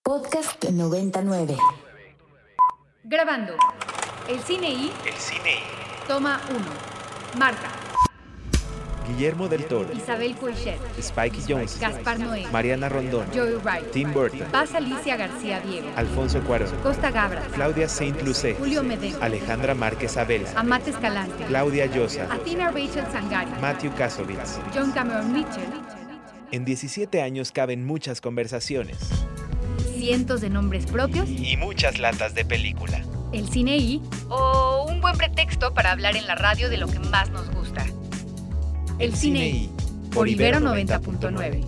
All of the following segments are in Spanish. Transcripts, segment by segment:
Podcast 99. Grabando. El Cine I. Toma 1. Marta. Guillermo del Toro, Isabel Coixet. Spike Jonze, Gaspar Noé. Mariana Rondón, Joey Wright. Tim Burton, Paz Alicia García Diego. Alfonso Cuarón, Costa Gabras. Claudia Saint-Lucé, Julio Medem. Alejandra Márquez Abela, Amate Escalante. Claudia Llosa, Athena Rachel Sangari. Matthew Kasovitz. John Cameron Mitchell. En 17 años caben muchas conversaciones Cientos de nombres propios. y muchas latas de película. El Cine I. O un buen pretexto para hablar en la radio de lo que más nos gusta. El Cine I. Por Ibero 90.9.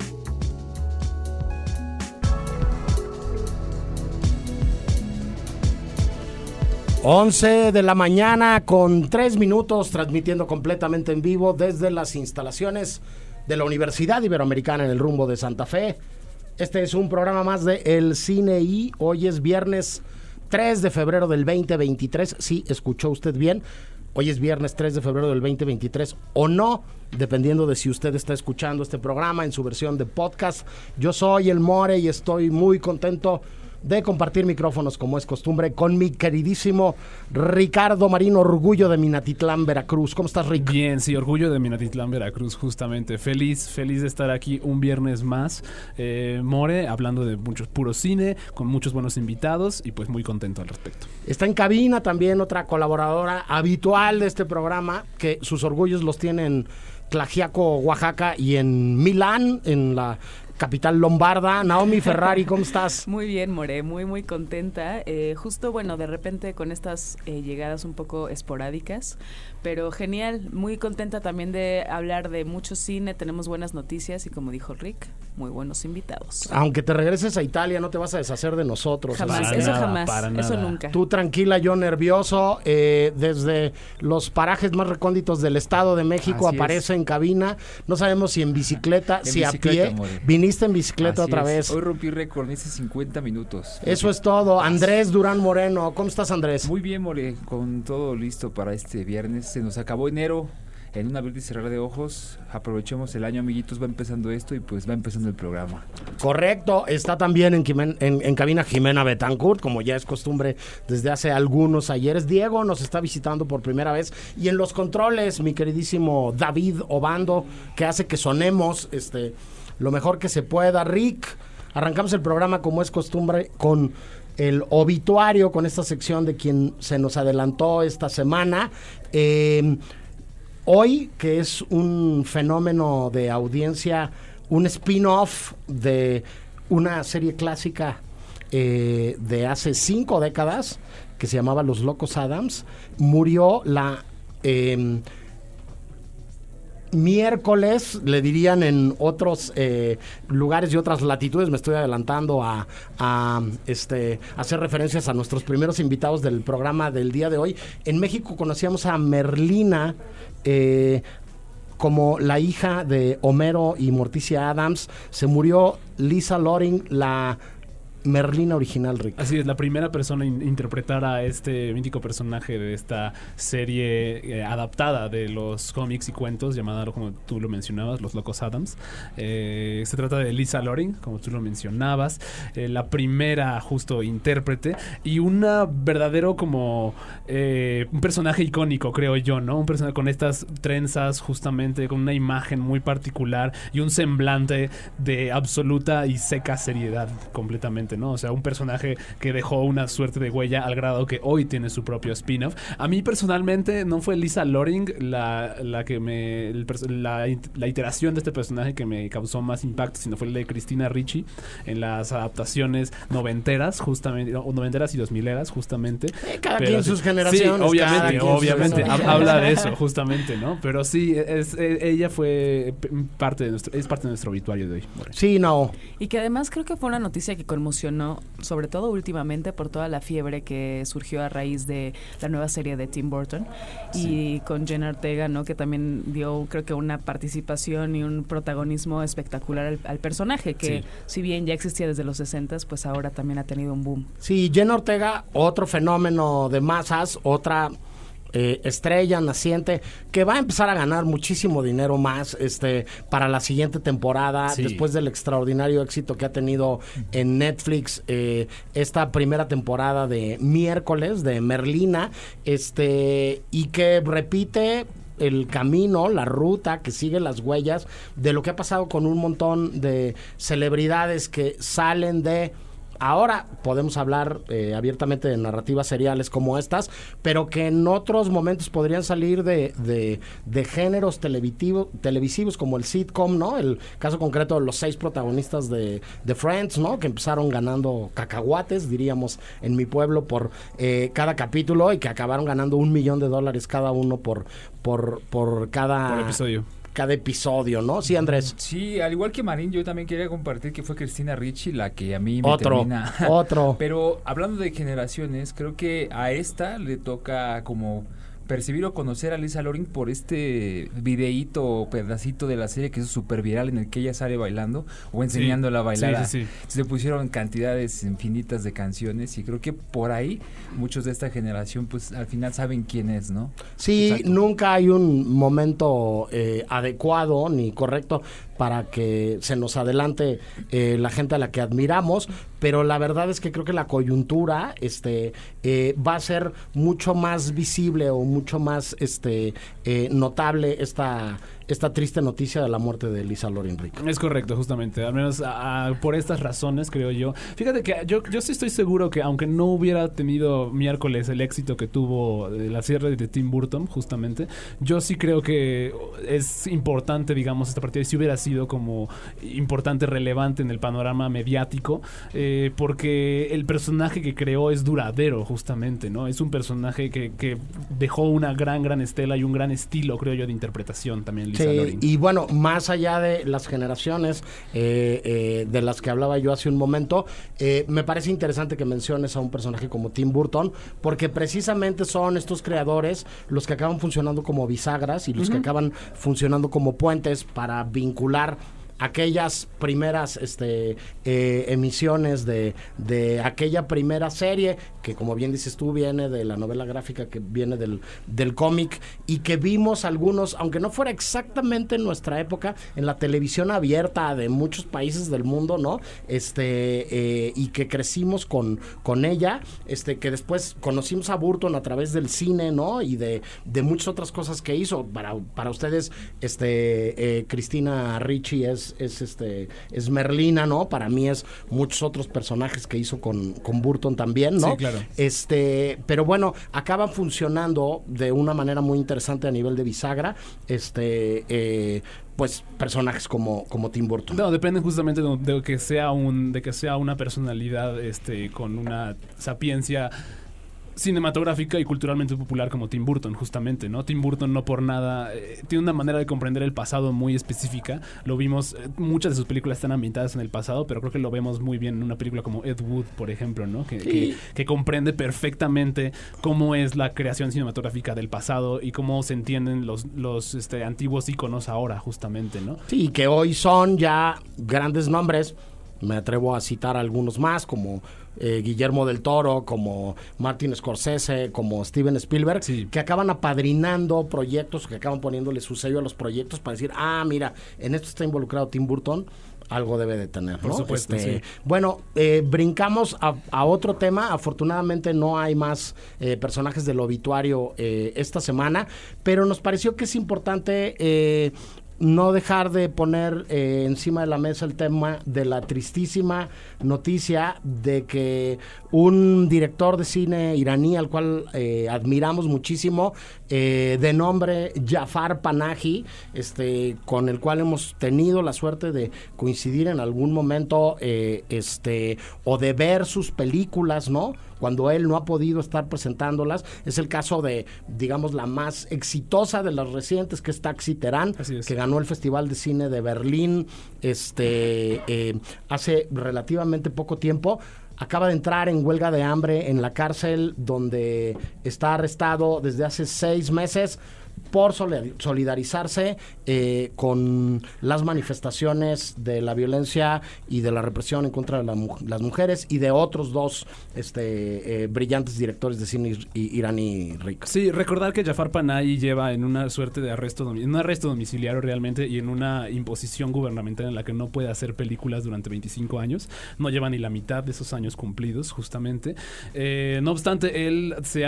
Once de la mañana con 3 minutos, transmitiendo completamente en vivo desde las instalaciones de la Universidad Iberoamericana en el rumbo de Santa Fe. Este es un programa más de El Cine I. Hoy es viernes 3 de febrero del 2023. Sí, escuchó usted bien. Hoy es viernes 3 de febrero del 2023 o no, dependiendo de si usted está escuchando este programa en su versión de podcast. Yo soy el More y estoy muy contento de compartir micrófonos, como es costumbre, con mi queridísimo Ricardo Marín, orgullo de Minatitlán, Veracruz. ¿Cómo estás, Rick? Bien, sí, orgullo de Minatitlán, Veracruz, justamente. Feliz de estar aquí un viernes más. More, hablando de mucho puro cine, con muchos buenos invitados y pues muy contento al respecto. Está en cabina también otra colaboradora habitual de este programa, que sus orgullos los tiene en Tlaxiaco, Oaxaca, y en Milán, en la capital lombarda. Naomi Ferrari, ¿cómo estás? Muy bien, More, muy contenta. Justo, bueno, de repente con estas llegadas un poco esporádicas, pero genial, muy contenta también de hablar de mucho cine, tenemos buenas noticias y, como dijo Rick, muy buenos invitados. Aunque te regreses a Italia, no te vas a deshacer de nosotros. Jamás, Para eso nada, jamás, para eso nada. nunca. Tú tranquila, yo nervioso. Desde los parajes más recónditos del Estado de México Así aparece en cabina. No sabemos si en bicicleta, si a bicicleta, pie. More. Viniste en bicicleta Así otra es. vez. Hoy rompí récord, hice 50 minutos. Eso es todo. Andrés Durán Moreno, ¿cómo estás, Andrés? Muy bien, More, con todo listo para este viernes. Se nos acabó enero en un abrir y cerrar de ojos. Aprovechemos el año, amiguitos, va empezando esto y pues va empezando el programa. Correcto, está también en cabina Jimena Betancourt, como ya es costumbre desde hace algunos ayeres. Diego nos está visitando por primera vez, y en los controles, mi queridísimo David Obando, que hace que sonemos lo mejor que se pueda. Rick, arrancamos el programa como es costumbre con el obituario, con esta sección de quien se nos adelantó esta semana. Hoy, que es un fenómeno de audiencia, un spin-off de una serie clásica de hace 5 décadas, que se llamaba Los Locos Adams, murió la miércoles, le dirían en otros lugares y otras latitudes. Me estoy adelantando a hacer referencias a nuestros primeros invitados del programa del día de hoy. En México conocíamos a Merlina como la hija de Homero y Morticia Adams. Se murió Lisa Loring, la Merlina original, Rick. Así es, la primera persona en interpretar a este mítico personaje de esta serie adaptada de los cómics y cuentos, llamada, como tú lo mencionabas, Los Locos Adams. Se trata de Lisa Loring, como tú lo mencionabas, la primera justo intérprete, y una verdadero como un personaje icónico, creo yo, ¿no? Un personaje con estas trenzas, justamente, con una imagen muy particular y un semblante de absoluta y seca seriedad completamente, ¿no? O sea, un personaje que dejó una suerte de huella al grado que hoy tiene su propio spin-off. A mí personalmente no fue Lisa Loring la iteración de este personaje que me causó más impacto, sino fue la de Christina Ricci en las adaptaciones noventeras, justamente, noventeras y 2000eras, justamente. Cada quien sus generaciones. Sí, obviamente, sus habla de eso, justamente, ¿no? Pero sí, ella fue parte de nuestro obituario de hoy. Bueno. Sí, no. Y que además creo que fue una noticia que conmocionó, sobre todo últimamente, por toda la fiebre que surgió a raíz de la nueva serie de Tim Burton, y con Jenna Ortega, ¿no? Que también dio, creo que, una participación y un protagonismo espectacular al personaje, que si bien ya existía desde los 60s, pues ahora también ha tenido un boom. Sí, Jenna Ortega, otro fenómeno de masas, otra estrella naciente que va a empezar a ganar muchísimo dinero más para la siguiente temporada, después del extraordinario éxito que ha tenido en Netflix esta primera temporada de Miércoles de Merlina, y que repite el camino, la ruta, que sigue las huellas de lo que ha pasado con un montón de celebridades que salen de... Ahora podemos hablar abiertamente de narrativas seriales como estas, pero que en otros momentos podrían salir de géneros televisivos como el sitcom, ¿no? El caso concreto de los 6 protagonistas de Friends, ¿no? Que empezaron ganando cacahuates, diríamos en mi pueblo, por cada capítulo, y que acabaron ganando $1 millón cada uno por cada episodio. Cada episodio, ¿no? Sí, Andrés. Sí, al igual que Marín, yo también quería compartir que fue Cristina Ricci la que a mí me termina. Pero hablando de generaciones, creo que a esta le toca como percibir o conocer a Lisa Loring por este videíto o pedacito de la serie que es súper viral, en el que ella sale bailando o enseñándola a bailar. Se pusieron cantidades infinitas de canciones, y creo que por ahí muchos de esta generación pues al final saben quién es, ¿no? Sí, exacto. Nunca hay un momento adecuado ni correcto para que se nos adelante la gente a la que admiramos, pero la verdad es que creo que la coyuntura va a ser mucho más visible o mucho más notable esta triste noticia de la muerte de Lisa Loring Rico. Es correcto, justamente, al menos por estas razones, creo yo. Fíjate que yo sí estoy seguro que aunque no hubiera tenido Miércoles el éxito que tuvo la serie de Tim Burton, justamente, yo sí creo que es importante, digamos, esta partida, y si hubiera sido como importante, relevante en el panorama mediático, porque el personaje que creó es duradero, justamente, ¿no? Es un personaje que dejó una gran estela y un gran estilo, creo yo, de interpretación también, Lisa Loring. Y bueno, más allá de las generaciones de las que hablaba yo hace un momento, me parece interesante que menciones a un personaje como Tim Burton, porque precisamente son estos creadores los que acaban funcionando como bisagras y los que acaban funcionando como puentes para vincular aquellas primeras emisiones de aquella primera serie que, como bien dices tú, viene de la novela gráfica, que viene del cómic, y que vimos algunos, aunque no fuera exactamente en nuestra época, en la televisión abierta de muchos países del mundo, ¿no? Y que crecimos con ella, que después conocimos a Burton a través del cine, ¿no? Y de muchas otras cosas que hizo. Para ustedes, Cristina Ricci es Merlina, ¿no? Para mí es muchos otros personajes que hizo con Burton también, ¿no? Sí, claro. Pero bueno, acaban funcionando de una manera muy interesante a nivel de bisagra, pues personajes como Tim Burton. No, depende justamente de que sea una personalidad con una sapiencia cinematográfica y culturalmente popular como Tim Burton, justamente, ¿no? Tim Burton no por nada tiene una manera de comprender el pasado muy específica. Lo vimos, muchas de sus películas están ambientadas en el pasado, pero creo que lo vemos muy bien en una película como Ed Wood, por ejemplo, ¿no? Que comprende perfectamente cómo es la creación cinematográfica del pasado y cómo se entienden los antiguos íconos ahora, justamente, ¿no? Sí, que hoy son ya grandes nombres. Me atrevo a citar algunos más, como Guillermo del Toro, como Martin Scorsese, como Steven Spielberg, que acaban apadrinando proyectos, que acaban poniéndole su sello a los proyectos para decir, mira, en esto está involucrado Tim Burton, algo debe de tener, ¿no? Por supuesto, sí. Bueno, brincamos a otro tema. Afortunadamente no hay más personajes del obituario esta semana, pero nos pareció que es importante no dejar de poner encima de la mesa el tema de la tristísima noticia de que un director de cine iraní al cual admiramos muchísimo, de nombre Jafar Panahi, con el cual hemos tenido la suerte de coincidir en algún momento, o de ver sus películas, ¿no? Cuando él no ha podido estar presentándolas. Es el caso de, digamos, la más exitosa de las recientes, que es Taxi Terán, que ganó el Festival de Cine de Berlín hace relativamente poco tiempo. Acaba de entrar en huelga de hambre en la cárcel, donde está arrestado desde hace 6 meses. por solidarizarse con las manifestaciones de la violencia y de la represión en contra de las mujeres y de otros dos brillantes directores de cine iraní ricos. Sí, recordar que Jafar Panahi lleva en una suerte de arresto domiciliario realmente y en una imposición gubernamental en la que no puede hacer películas durante 25 años. No lleva ni la mitad de esos años cumplidos, justamente. No obstante, él se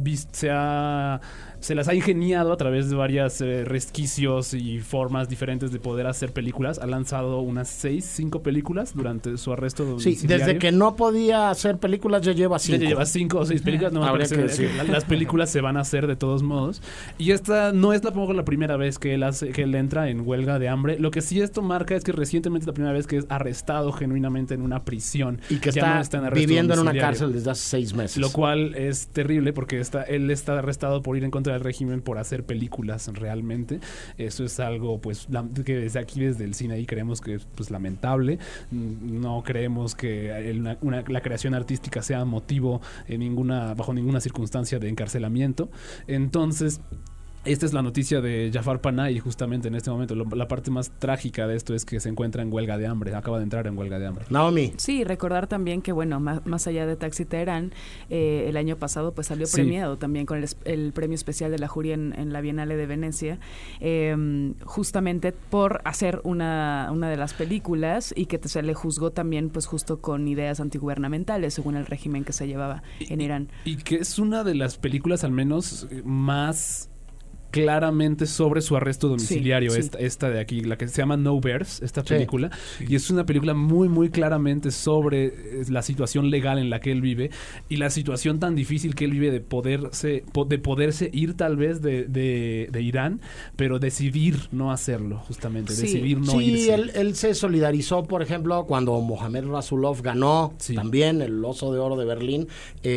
las ha ingeniado a través de varias resquicios y formas diferentes de poder hacer películas. Ha lanzado unas 5 películas durante su arresto domiciliario. Sí, desde que no podía hacer películas ya lleva 5. Ya lleva 5 o 6 películas. No me parece que las películas se van a hacer de todos modos. Y esta no es tampoco la primera vez que él entra en huelga de hambre. Lo que sí esto marca es que recientemente es la primera vez que es arrestado genuinamente en una prisión. Y que está viviendo en una cárcel desde hace 6 meses. Lo cual es terrible porque él está arrestado por ir en contra del régimen, por hacer películas realmente. Eso es algo pues que desde aquí, desde el cine ahí, creemos que es pues lamentable. No creemos que la creación artística sea motivo bajo ninguna circunstancia de encarcelamiento. Entonces, esta es la noticia de Jafar Panahi justamente en este momento. La parte más trágica de esto es que se encuentra en huelga de hambre. Acaba de entrar en huelga de hambre. Naomi. Sí, recordar también que, bueno, más allá de Taxi Teherán, el año pasado pues salió premiado también con el premio especial de la jury en la Bienal de Venecia, justamente por hacer una de las películas y que se le juzgó también pues justo con ideas antigubernamentales según el régimen que se llevaba en Irán. Y que es una de las películas al menos más claramente sobre su arresto domiciliario, sí. Esta de aquí, la que se llama No Bears, esta película, y es una película muy, muy claramente sobre la situación legal en la que él vive y la situación tan difícil que él vive de poderse ir tal vez de Irán, pero decidir no hacerlo, justamente, decidir no irse. Sí, él se solidarizó, por ejemplo, cuando Mohamed Rasulov ganó también el Oso de Oro de Berlín,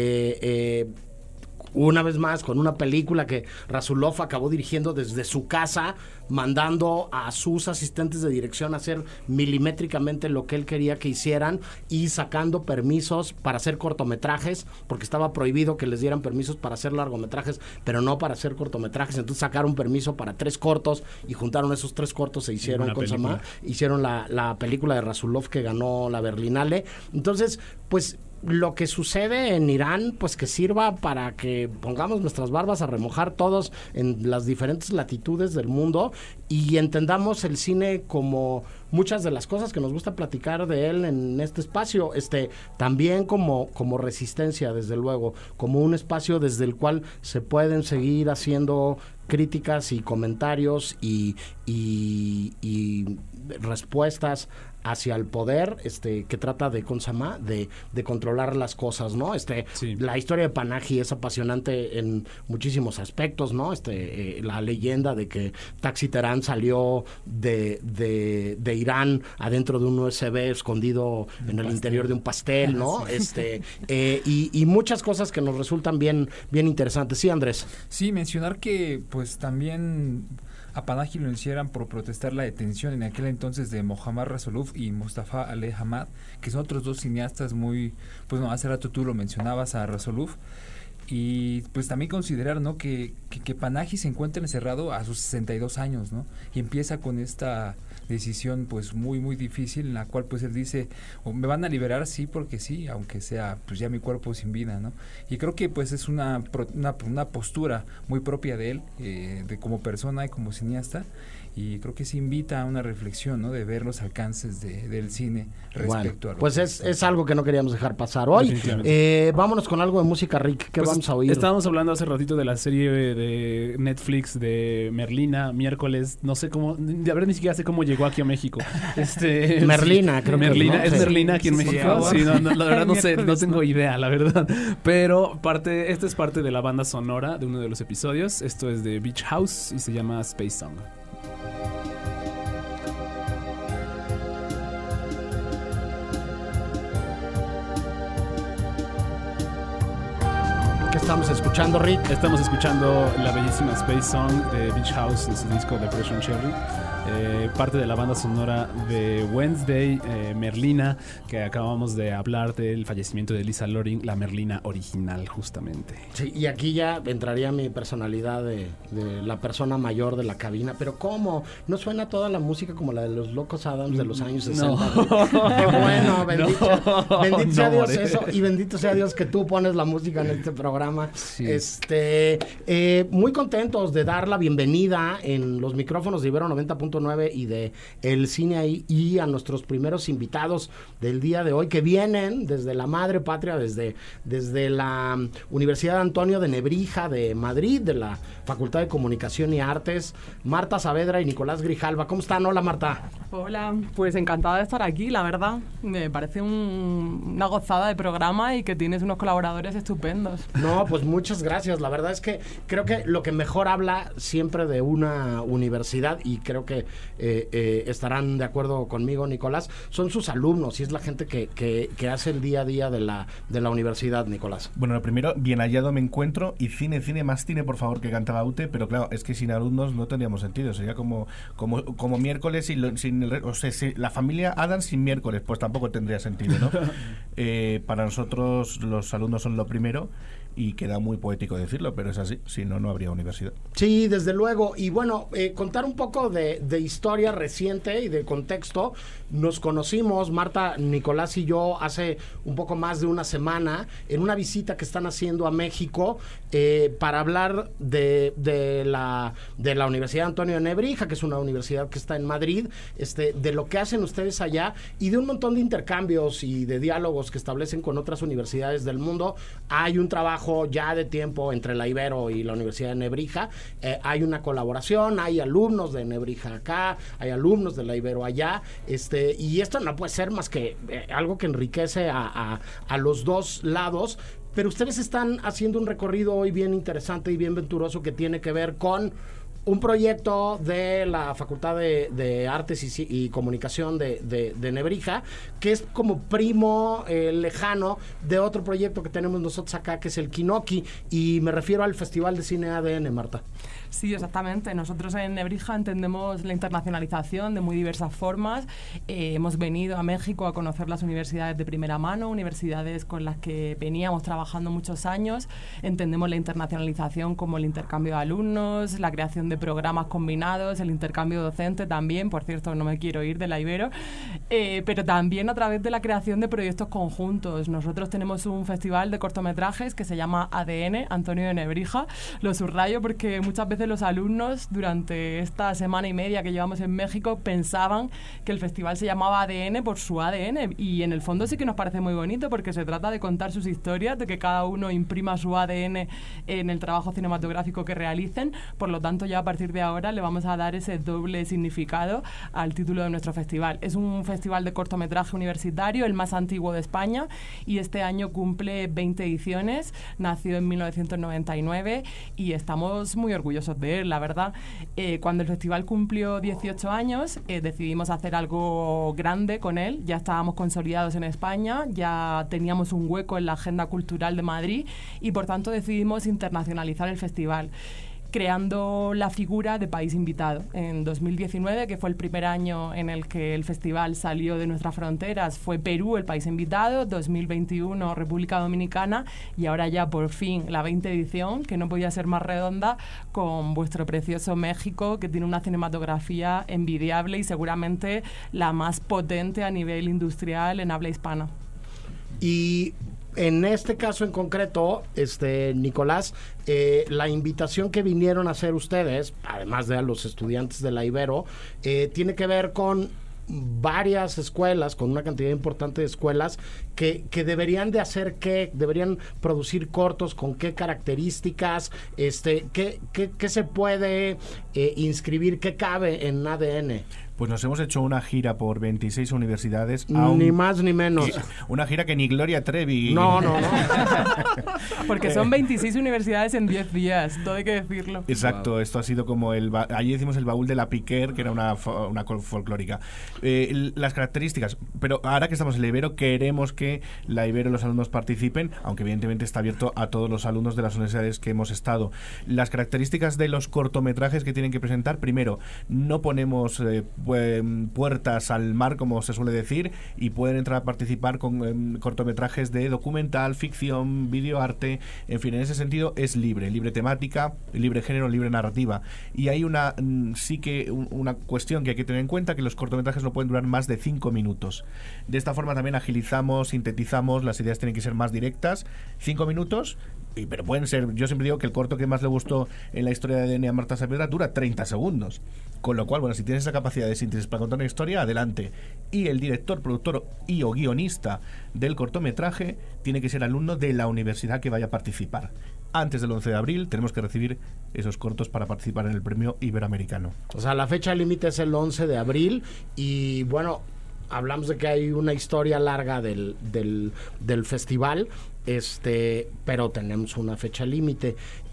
una vez más con una película que Rasulov acabó dirigiendo desde su casa, mandando a sus asistentes de dirección a hacer milimétricamente lo que él quería que hicieran y sacando permisos para hacer cortometrajes, porque estaba prohibido que les dieran permisos para hacer largometrajes, pero no para hacer cortometrajes. Entonces sacaron permiso para 3 cortos y juntaron esos 3 cortos, se hicieron hicieron la película de Rasulov que ganó la Berlinale. Entonces, pues lo que sucede en Irán, pues que sirva para que pongamos nuestras barbas a remojar todos en las diferentes latitudes del mundo y entendamos el cine como muchas de las cosas que nos gusta platicar de él en este espacio, también como resistencia, desde luego, como un espacio desde el cual se pueden seguir haciendo críticas y comentarios y respuestas hacia el poder, que trata de controlar las cosas, ¿no? La historia de Panahi es apasionante en muchísimos aspectos, ¿no? La leyenda de que Taxi Teherán salió de Irán adentro de un USB escondido en el interior de un pastel, ¿no? Y muchas cosas que nos resultan bien interesantes. Sí, Andrés. Sí, mencionar que pues también a Panahi lo hicieran por protestar la detención en aquel entonces de Mohammad Rasulov y Mustafa Ali Hamad, que son otros 2 cineastas muy, pues no, hace rato tú lo mencionabas a Rasulov, y pues también considerar, ¿no?, que Panahi se encuentra encerrado a sus 62 años, ¿no?, y empieza con esta decisión pues muy muy difícil en la cual pues él dice, me van a liberar, sí, porque sí, aunque sea pues ya mi cuerpo sin vida, ¿no? Y creo que pues es una postura muy propia de él, de como persona y como cineasta, y creo que se invita a una reflexión, ¿no?, de ver los alcances del cine respecto a lo pues es algo que no queríamos dejar pasar hoy. Vámonos con algo de música, Rick. ¿Qué vamos a oír? Estábamos hablando hace ratito de la serie de Netflix de Merlina, miércoles, no sé cómo, de verdad ni siquiera sé cómo llegó aquí a México. Merlina, creo Merlina, que ¿es Merlina aquí en México? Sí, no, la verdad no sé, no tengo idea, la verdad. Pero esta es parte de la banda sonora de uno de los episodios. Esto es de Beach House y se llama Space Song. ¿Qué estamos escuchando, Rick? Estamos escuchando la bellísima Space Song de Beach House en su disco Depression Cherry. parte de la banda sonora de Wednesday, Merlina, que acabamos de hablar del fallecimiento de Lisa Loring, la Merlina original, justamente. Sí, y aquí ya entraría mi personalidad de la persona mayor de la cabina, pero ¿cómo? ¿No suena toda la música como la de los Locos Adams de los años 60? No. Qué bueno, bendito sea Dios eso, y bendito sea Dios que tú pones la música en este programa. Sí. Muy contentos de dar la bienvenida en los micrófonos de Ibero 90.9 y de El Cine Ahí, y a nuestros primeros invitados del día de hoy, que vienen desde la madre patria, desde la Universidad Antonio de Nebrija de Madrid, de la Facultad de Comunicación y Artes, Marta Saavedra y Nicolás Grijalva. ¿Cómo están? Hola, Marta. Hola, pues encantada de estar aquí, la verdad. Me parece una gozada de programa y que tienes unos colaboradores estupendos. No, pues muchas gracias. La verdad es que creo que lo que mejor habla siempre de una universidad, y creo que estarán de acuerdo conmigo, Nicolás, son sus alumnos, y es la gente que hace el día a día de la universidad, Nicolás. Bueno, lo primero, bien hallado me encuentro, y cine, más cine, por favor, que cantaba Ute, pero claro, es que sin alumnos no tendríamos sentido, sería como miércoles sin la familia Adams sin miércoles, pues tampoco tendría sentido, ¿no? Para nosotros los alumnos son lo primero, y queda muy poético decirlo, pero es así, si no, no habría universidad. Sí, desde luego. Y bueno, contar un poco de historia reciente y de contexto. Nos conocimos, Marta, Nicolás y yo, hace un poco más de una semana, en una visita que están haciendo a México, para hablar de la Universidad Antonio de Nebrija, que es una universidad que está en Madrid, de lo que hacen ustedes allá, y de un montón de intercambios y de diálogos que establecen con otras universidades del mundo. Hay un trabajo ya de tiempo entre la Ibero y la Universidad de Nebrija, hay una colaboración, hay alumnos de Nebrija acá, hay alumnos de la Ibero allá, y esto no puede ser más que algo que enriquece a los dos lados. Pero ustedes están haciendo un recorrido hoy bien interesante y bien venturoso, que tiene que ver con un proyecto de la Facultad de Artes y Comunicación de Nebrija, que es como primo lejano de otro proyecto que tenemos nosotros acá, que es el Kinoki, y me refiero al Festival de Cine ADN, Marta. Sí, exactamente. Nosotros en Nebrija entendemos la internacionalización de muy diversas formas. Hemos venido a México a conocer las universidades de primera mano, universidades con las que veníamos trabajando muchos años. Entendemos la internacionalización como el intercambio de alumnos, la creación de programas combinados, el intercambio docente también. Por cierto, no me quiero ir de la Ibero, pero también a través de la creación de proyectos conjuntos. Nosotros tenemos un festival de cortometrajes que se llama ADN, Antonio de Nebrija. Lo subrayo porque muchas veces los alumnos durante esta semana y media que llevamos en México pensaban que el festival se llamaba ADN por su ADN, y en el fondo sí que nos parece muy bonito, porque se trata de contar sus historias, de que cada uno imprima su ADN en el trabajo cinematográfico que realicen. Por lo tanto, ya a partir de ahora le vamos a dar ese doble significado al título de nuestro festival. Es un festival de cortometraje universitario, el más antiguo de España, y este año cumple 20 ediciones. Nació en 1999 y estamos muy orgullosos de él, la verdad. Cuando el festival cumplió 18 años, decidimos hacer algo grande con él. Ya estábamos consolidados en España, ya teníamos un hueco en la agenda cultural de Madrid, y por tanto decidimos internacionalizar el festival, creando la figura de país invitado. En 2019, que fue el primer año en el que el festival salió de nuestras fronteras, fue Perú el país invitado, 2021 República Dominicana, y ahora ya por fin la 20 edición, que no podía ser más redonda, con vuestro precioso México, que tiene una cinematografía envidiable y seguramente la más potente a nivel industrial en habla hispana. Y en este caso en concreto, Nicolás, la invitación que vinieron a hacer ustedes, además de a los estudiantes de la Ibero, tiene que ver con varias escuelas, con una cantidad importante de escuelas que deberían de hacer deberían producir cortos, con qué características, qué se puede inscribir, qué cabe en ADN. Pues nos hemos hecho una gira por 26 universidades. Ni más ni menos. Una gira que ni Gloria Trevi. No. Porque son 26 universidades en 10 días, todo hay que decirlo. Exacto, wow. Esto ha sido como allí hicimos el baúl de la Piquer, que era una folclórica. Las características, pero ahora que estamos en la Ibero, queremos que la Ibero, los alumnos participen, aunque evidentemente está abierto a todos los alumnos de las universidades que hemos estado. Las características de los cortometrajes que tienen que presentar, primero, no ponemos puertas al mar, como se suele decir, y pueden entrar a participar con cortometrajes de documental, ficción, videoarte, en fin, en ese sentido es libre temática, libre género, libre narrativa. Y hay una cuestión que hay que tener en cuenta, que los cortometrajes no pueden durar más de 5 minutos. De esta forma también agilizamos, sintetizamos, las ideas tienen que ser más directas. 5 minutos, pero pueden ser, yo siempre digo que el corto que más le gustó en la historia de ADN a Marta Saavedra dura 30 segundos. Con lo cual, bueno, si tienes esa capacidad de síntesis para contar una historia, adelante. Y el director, productor o guionista del cortometraje tiene que ser alumno de la universidad que vaya a participar. Antes del 11 de abril tenemos que recibir esos cortos para participar en el premio iberoamericano. O sea, la fecha límite es el 11 de abril y bueno, hablamos de que hay una historia larga del festival, pero tenemos una fecha límite.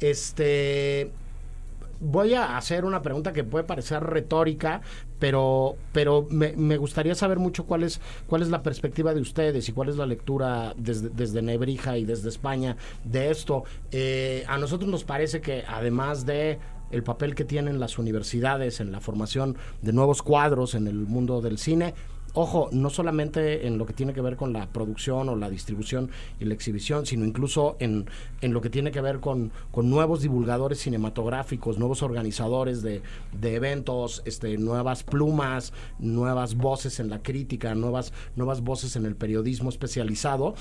Voy a hacer una pregunta que puede parecer retórica, pero me gustaría saber mucho cuál es la perspectiva de ustedes y cuál es la lectura desde Nebrija y desde España de esto. A nosotros nos parece que además de el papel que tienen las universidades en la formación de nuevos cuadros en el mundo del cine, ojo, no solamente en lo que tiene que ver con la producción o la distribución y la exhibición, sino incluso en lo que tiene que ver con nuevos divulgadores cinematográficos, nuevos organizadores de eventos, nuevas plumas, nuevas voces en la crítica, nuevas voces en el periodismo especializado.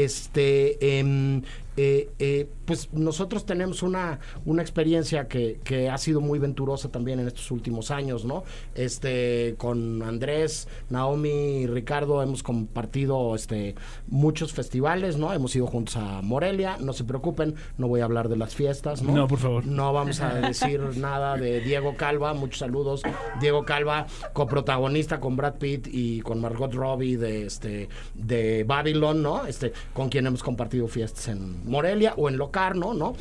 Pues nosotros tenemos una experiencia que ha sido muy venturosa también en estos últimos años, ¿no? Con Andrés, Naomi y Ricardo hemos compartido muchos festivales, ¿no? Hemos ido juntos a Morelia, no se preocupen, no voy a hablar de las fiestas, ¿no? No, por favor. No vamos a decir nada de Diego Calva, muchos saludos. Diego Calva, coprotagonista con Brad Pitt y con Margot Robbie de Babylon, ¿no? Con quien hemos compartido fiestas en Morelia o en Locarno, ¿no?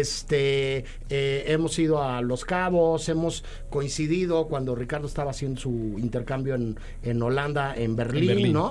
Hemos ido a Los Cabos, hemos coincidido cuando Ricardo estaba haciendo su intercambio en Holanda, en Berlín, ¿no?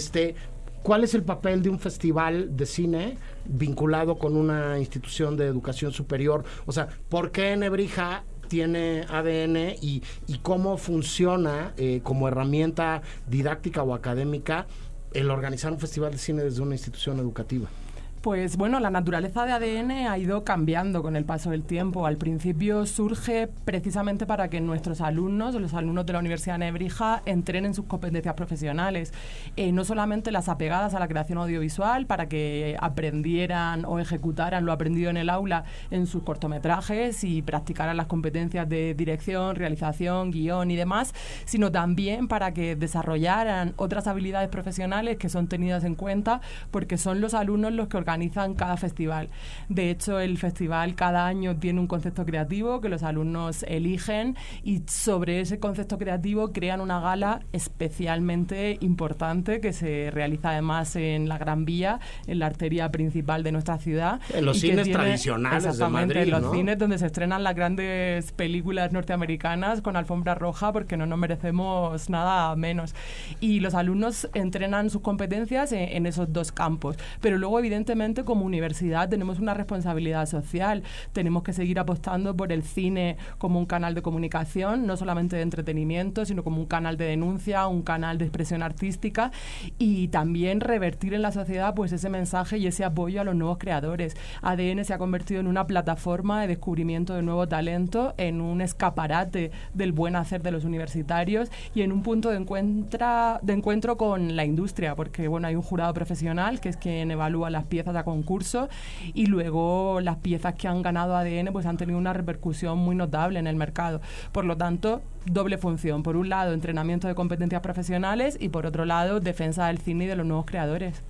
¿Cuál es el papel de un festival de cine vinculado con una institución de educación superior? O sea, ¿por qué Nebrija tiene ADN y cómo funciona como herramienta didáctica o académica el organizar un festival de cine desde una institución educativa? Pues bueno, la naturaleza de ADN ha ido cambiando con el paso del tiempo. Al principio surge precisamente para que nuestros alumnos, los alumnos de la Universidad de Nebrija, entrenen sus competencias profesionales. No solamente las apegadas a la creación audiovisual, para que aprendieran o ejecutaran lo aprendido en el aula en sus cortometrajes y practicaran las competencias de dirección, realización, guión y demás, sino también para que desarrollaran otras habilidades profesionales que son tenidas en cuenta porque son los alumnos los que organizan cada festival. De hecho, el festival cada año tiene un concepto creativo que los alumnos eligen y sobre ese concepto creativo crean una gala especialmente importante que se realiza además en la Gran Vía, en la arteria principal de nuestra ciudad. En los cines tradicionales de Madrid, en los ¿no? cines donde se estrenan las grandes películas norteamericanas con alfombra roja porque no nos merecemos nada menos. Y los alumnos entrenan sus competencias en esos dos campos. Pero luego, evidentemente, como universidad tenemos una responsabilidad social. Tenemos que seguir apostando por el cine como un canal de comunicación, no solamente de entretenimiento, sino como un canal de denuncia, un canal de expresión artística y también revertir en la sociedad pues ese mensaje y ese apoyo a los nuevos creadores. ADN se ha convertido en una plataforma de descubrimiento de nuevo talento, en un escaparate del buen hacer de los universitarios y en un punto de encuentro con la industria, porque bueno, hay un jurado profesional que es quien evalúa las piezas a concurso y luego las piezas que han ganado ADN pues han tenido una repercusión muy notable en el mercado. Por lo tanto, doble función. Por un lado, entrenamiento de competencias profesionales y por otro lado, defensa del cine y de los nuevos creadores.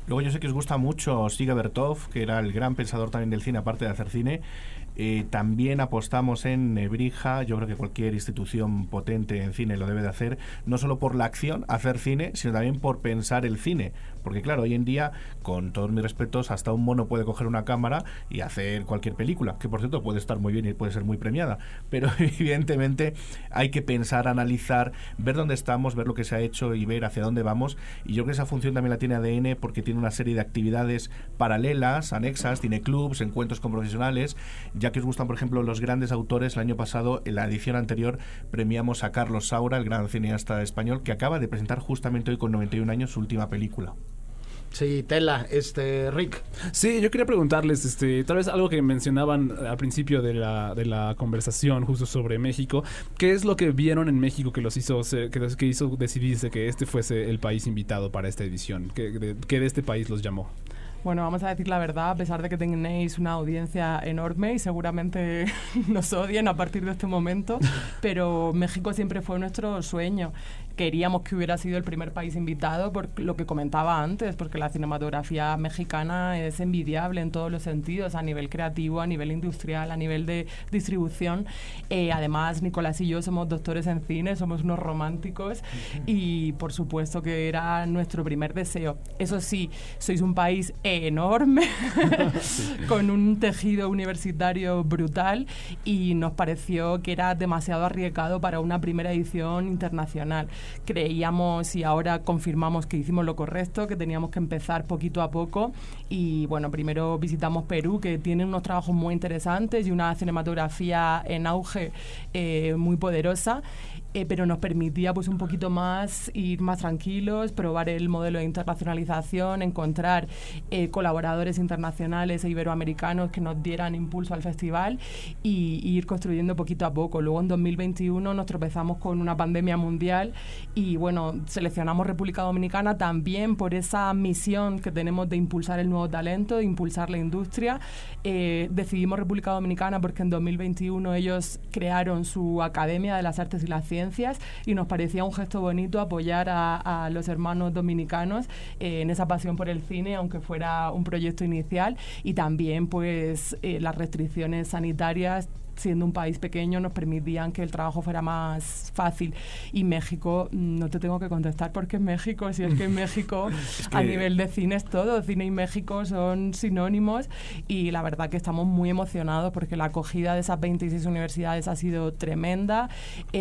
Luego yo sé que os gusta mucho Siga Bertov, que era el gran pensador también del cine, aparte de hacer cine. También apostamos en Nebrija. Yo creo que cualquier institución potente en cine lo debe de hacer, no solo por la acción, hacer cine, sino también por pensar el cine. Porque claro, hoy en día, con todos mis respetos, hasta un mono puede coger una cámara y hacer cualquier película, que por cierto puede estar muy bien y puede ser muy premiada, pero evidentemente hay que pensar, analizar, ver dónde estamos, ver lo que se ha hecho y ver hacia dónde vamos. Y yo creo que esa función también la tiene ADN, porque tiene una serie de actividades paralelas, anexas, tiene clubs, encuentros con profesionales. Ya que os gustan, por ejemplo, los grandes autores, el año pasado, en la edición anterior, premiamos a Carlos Saura, el gran cineasta español, que acaba de presentar justamente hoy con 91 años su última película. Sí, tela, Rick. Sí, yo quería preguntarles, tal vez algo que mencionaban al principio de la conversación justo sobre México. ¿Qué es lo que vieron en México que los hizo que hizo decidirse que este fuese el país invitado para esta edición? ¿Qué de este país los llamó? Bueno, vamos a decir la verdad, a pesar de que tenéis una audiencia enorme y seguramente nos odien a partir de este momento, pero México siempre fue nuestro sueño. Queríamos que hubiera sido el primer país invitado por lo que comentaba antes, porque la cinematografía mexicana es envidiable en todos los sentidos, a nivel creativo, a nivel industrial, a nivel de distribución. Además, Nicolás y yo somos doctores en cine, somos unos románticos y por supuesto que era nuestro primer deseo. Eso sí, sois un país enorme, con un tejido universitario brutal, y nos pareció que era demasiado arriesgado para una primera edición internacional. Creíamos y ahora confirmamos que hicimos lo correcto, que teníamos que empezar poquito a poco, y bueno, primero visitamos Perú, que tiene unos trabajos muy interesantes y una cinematografía en auge muy poderosa, pero nos permitía pues un poquito más ir más tranquilos, probar el modelo de internacionalización, encontrar colaboradores internacionales e iberoamericanos que nos dieran impulso al festival y ir construyendo poquito a poco. Luego en 2021 nos tropezamos con una pandemia mundial y bueno, seleccionamos República Dominicana también por esa misión que tenemos de impulsar el nuevo talento, de impulsar la industria. Decidimos República Dominicana porque en 2021 ellos crearon su Academia de las Artes y las Ciencias y nos parecía un gesto bonito apoyar a los hermanos dominicanos en esa pasión por el cine, aunque fuera un proyecto inicial, y también pues las restricciones sanitarias, siendo un país pequeño, nos permitían que el trabajo fuera más fácil. Y México, no te tengo que contestar porque es México, si es que en México es que a nivel de cine es todo, cine y México son sinónimos, y la verdad que estamos muy emocionados porque la acogida de esas 26 universidades ha sido tremenda.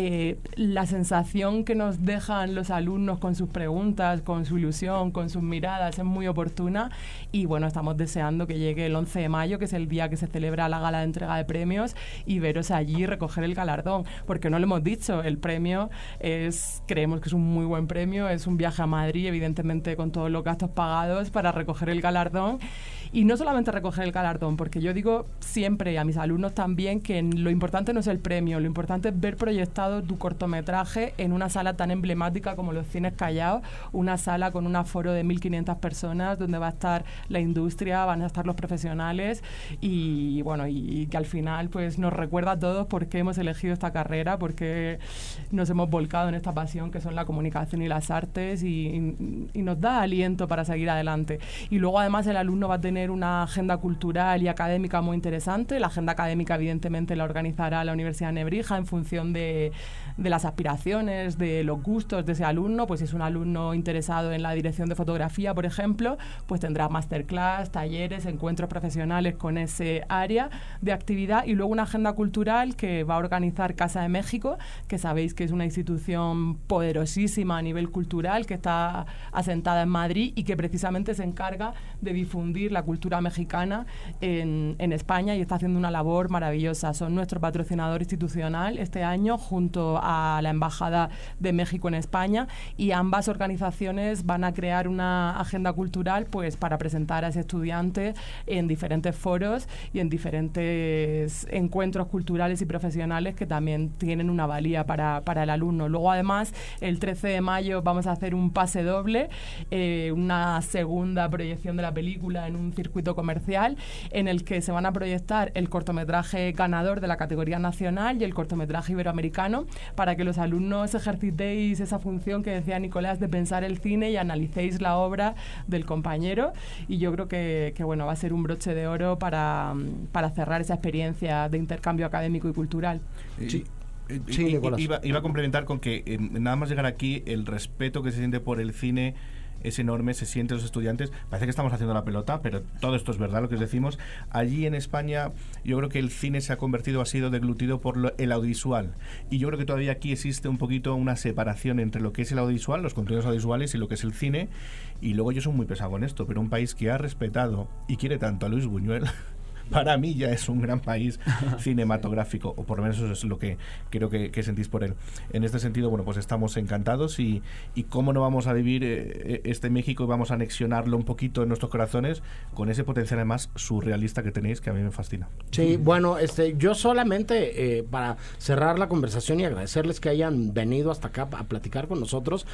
La sensación que nos dejan los alumnos con sus preguntas, con su ilusión, con sus miradas es muy oportuna, y bueno, estamos deseando que llegue el 11 de mayo, que es el día que se celebra la gala de entrega de premios, y veros allí recoger el galardón, porque no lo hemos dicho, el premio creemos que es un muy buen premio, es un viaje a Madrid, evidentemente con todos los gastos pagados para recoger el galardón. Y no solamente recoger el galardón, porque yo digo siempre a mis alumnos también que lo importante no es el premio, lo importante es ver proyectado tu cortometraje en una sala tan emblemática como los Cines Callao, una sala con un aforo de 1.500 personas donde va a estar la industria, van a estar los profesionales, y bueno, y que al final pues nos recuerda a todos por qué hemos elegido esta carrera, porque nos hemos volcado en esta pasión que son la comunicación y las artes, y nos da aliento para seguir adelante. Y luego además el alumno va a tener una agenda cultural y académica muy interesante. La agenda académica evidentemente la organizará la Universidad de Nebrija en función de las aspiraciones, de los gustos de ese alumno. Pues si es un alumno interesado en la dirección de fotografía, por ejemplo, pues tendrá masterclass, talleres, encuentros profesionales con ese área de actividad. Y luego una agenda cultural que va a organizar Casa de México, que sabéis que es una institución poderosísima a nivel cultural, que está asentada en Madrid y que precisamente se encarga de difundir la cultura mexicana en España, y está haciendo una labor maravillosa. Son nuestro patrocinador institucional este año junto a la Embajada de México en España, y ambas organizaciones van a crear una agenda cultural pues para presentar a ese estudiante en diferentes foros y en diferentes encuentros centros culturales y profesionales que también tienen una valía para el alumno. Luego, además, el 13 de mayo vamos a hacer un pase doble, una segunda proyección de la película en un circuito comercial en el que se van a proyectar el cortometraje ganador de la categoría nacional y el cortometraje iberoamericano, para que los alumnos ejercitéis esa función que decía Nicolás de pensar el cine y analicéis la obra del compañero. Y yo creo que bueno, va a ser un broche de oro para cerrar esa experiencia de intercambio académico y cultural. Sí. Iba a complementar con que nada más llegar aquí, el respeto que se siente por el cine es enorme, se sienten los estudiantes. Parece que estamos haciendo la pelota, pero todo esto es verdad lo que os decimos. Allí en España yo creo que el cine ha sido deglutido por el audiovisual, y yo creo que todavía aquí existe un poquito una separación entre lo que es el audiovisual, los contenidos audiovisuales, y lo que es el cine. Y luego yo soy muy pesado con esto, pero un país que ha respetado y quiere tanto a Luis Buñuel para mí ya es un gran país cinematográfico, o por lo menos eso es lo que creo que sentís por él. En este sentido, bueno, pues estamos encantados, y cómo no vamos a vivir este México y vamos a anexionarlo un poquito en nuestros corazones con ese potencial además surrealista que tenéis, que a mí me fascina. Sí, bueno, yo solamente para cerrar la conversación y agradecerles que hayan venido hasta acá a platicar con nosotros,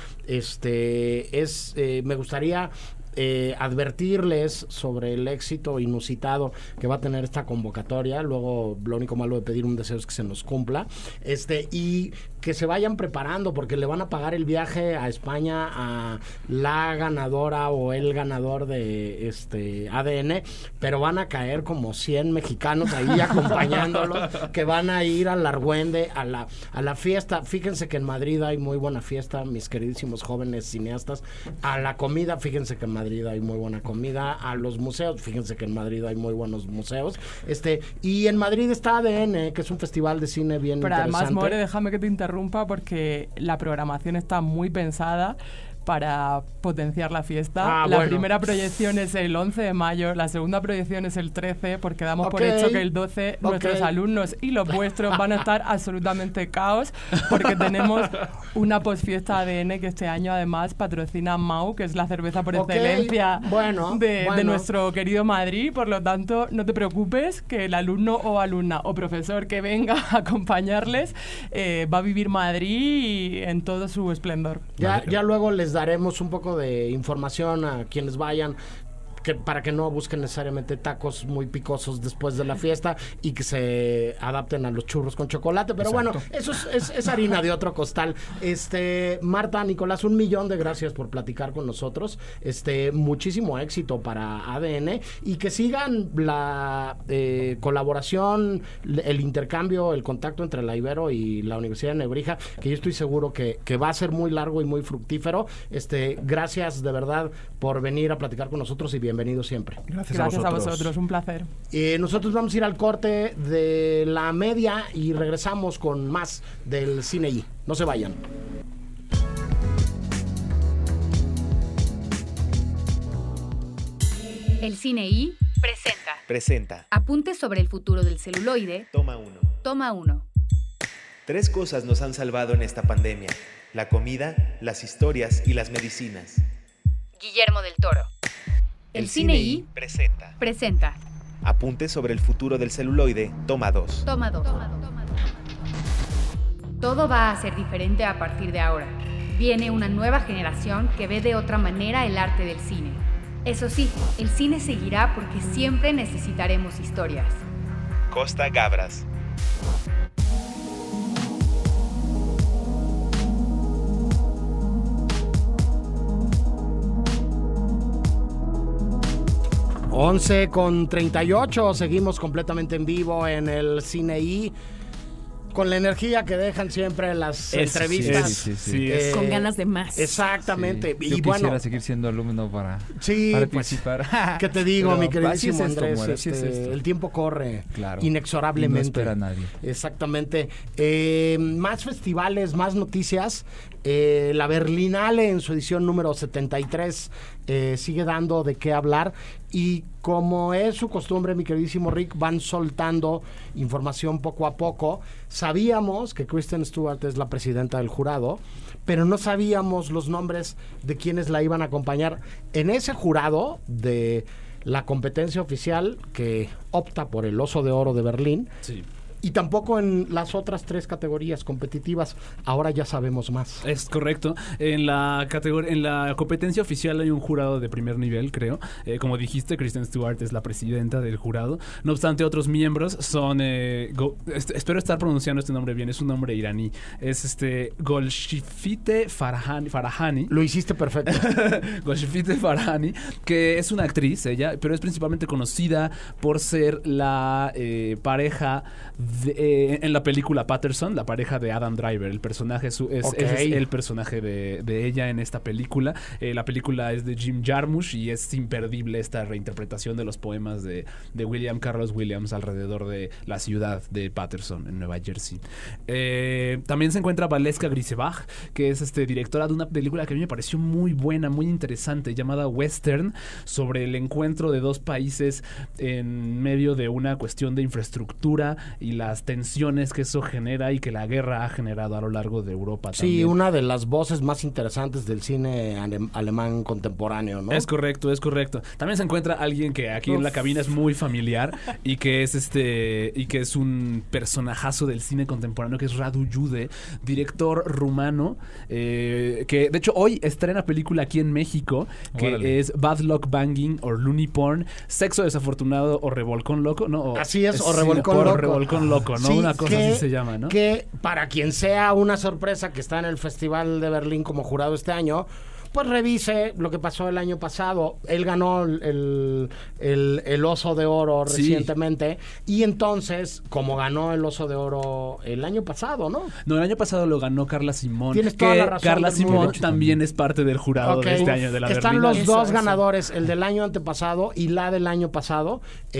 me gustaría advertirles sobre el éxito inusitado que va a tener esta convocatoria. Luego, lo único malo de pedir un deseo es que se nos cumpla, y que se vayan preparando, porque le van a pagar el viaje a España a la ganadora o el ganador de ADN, pero van a caer como 100 mexicanos ahí acompañándolos, que van a ir al Argüende, a la fiesta. Fíjense que en Madrid hay muy buena fiesta, mis queridísimos jóvenes cineastas. A la comida, fíjense que en Madrid hay muy buena comida. A los museos, fíjense que en Madrid hay muy buenos museos. Y en Madrid está ADN, que es un festival de cine bien interesante. Pero además, More, déjame que te interrumpa, porque la programación está muy pensada para potenciar la fiesta. La primera proyección es el 11 de mayo, la segunda proyección es el 13, porque damos por hecho que el 12 nuestros alumnos y los vuestros van a estar absolutamente caos, porque tenemos una posfiesta ADN que este año además patrocina Mau, que es la cerveza por excelencia de nuestro querido Madrid. Por lo tanto, no te preocupes, que el alumno o alumna o profesor que venga a acompañarles va a vivir Madrid en todo su esplendor. Ya luego les daremos un poco de información a quienes vayan, para que no busquen necesariamente tacos muy picosos después de la fiesta y que se adapten a los churros con chocolate. Pero bueno, eso es harina de otro costal. Marta, Nicolás, 1,000,000 de gracias por platicar con nosotros. Muchísimo éxito para ADN, y que sigan la colaboración, el intercambio, el contacto entre la Ibero y la Universidad de Nebrija, que yo estoy seguro que va a ser muy largo y muy fructífero. Gracias de verdad por venir a platicar con nosotros, y bienvenido siempre. Gracias a vosotros, un placer. Nosotros vamos a ir al corte de la media y regresamos con más del Cine I. No se vayan. El Cine I presenta Apuntes sobre el futuro del celuloide. Toma 1. 3 cosas nos han salvado en esta pandemia: la comida, las historias y las medicinas. Guillermo del Toro. El Cine I presenta Apuntes sobre el futuro del celuloide, toma 2. Todo va a ser diferente a partir de ahora. Viene una nueva generación que ve de otra manera el arte del cine. Eso sí, el cine seguirá porque siempre necesitaremos historias. Costa Gabras. (11:38), seguimos completamente en vivo en el Cine I, con la energía que dejan siempre las entrevistas. Sí, con ganas de más. Exactamente. Sí. Yo quisiera seguir siendo alumno para participar. Pues, ¿qué te digo, mi queridísimo Andrés? El tiempo corre inexorablemente. Y no espera a nadie. Exactamente. Más festivales, más noticias. La Berlinale, en su edición número 73, sigue dando de qué hablar, y como es su costumbre, mi queridísimo Rick, van soltando información poco a poco. Sabíamos que Kristen Stewart es la presidenta del jurado, pero no sabíamos los nombres de quienes la iban a acompañar en ese jurado de la competencia oficial que opta por el Oso de Oro de Berlín. Sí. Y tampoco en las otras 3 categorías competitivas. Ahora ya sabemos más. Es correcto. En la competencia oficial hay un jurado de primer nivel, creo. Como dijiste, Kristen Stewart es la presidenta del jurado. No obstante, otros miembros son... espero estar pronunciando este nombre bien. Es un nombre iraní. Es Golshifte Farahani. Lo hiciste perfecto. Golshifte Farahani, que es una actriz, ella, pero es principalmente conocida por ser la pareja en la película Patterson, la pareja de Adam Driver. El personaje es el personaje de ella en esta película. La película es de Jim Jarmusch y es imperdible esta reinterpretación de los poemas de William Carlos Williams alrededor de la ciudad de Patterson, en Nueva Jersey. También se encuentra Valeska Grisebach, que es directora de una película que a mí me pareció muy buena, muy interesante, llamada Western, sobre el encuentro de 2 países en medio de una cuestión de infraestructura y las tensiones que eso genera y que la guerra ha generado a lo largo de Europa también. Sí, una de las voces más interesantes del cine alemán contemporáneo, ¿no? Es correcto. También se encuentra alguien que aquí en la cabina es muy familiar y que es un personajazo del cine contemporáneo, que es Radu Jude, director rumano, que de hecho hoy estrena película aquí en México, que es Bad Luck Banging o Looney Porn, Sexo Desafortunado o Revolcón Loco, ¿no? Así es, o Revolcón Loco. Revolcón Loco, ¿no? Sí, una cosa así se llama, ¿no? Que para quien sea una sorpresa que está en el Festival de Berlín como jurado este año, pues revise lo que pasó el año pasado. Él ganó el Oso de Oro recientemente, y entonces, como ganó el Oso de Oro el año pasado, ¿no? No, el año pasado lo ganó Carla Simón. Tienes toda la razón. Carla Simón también es parte del jurado de este año de la Están Berlinale. los dos ganadores, el del año antepasado y la del año pasado,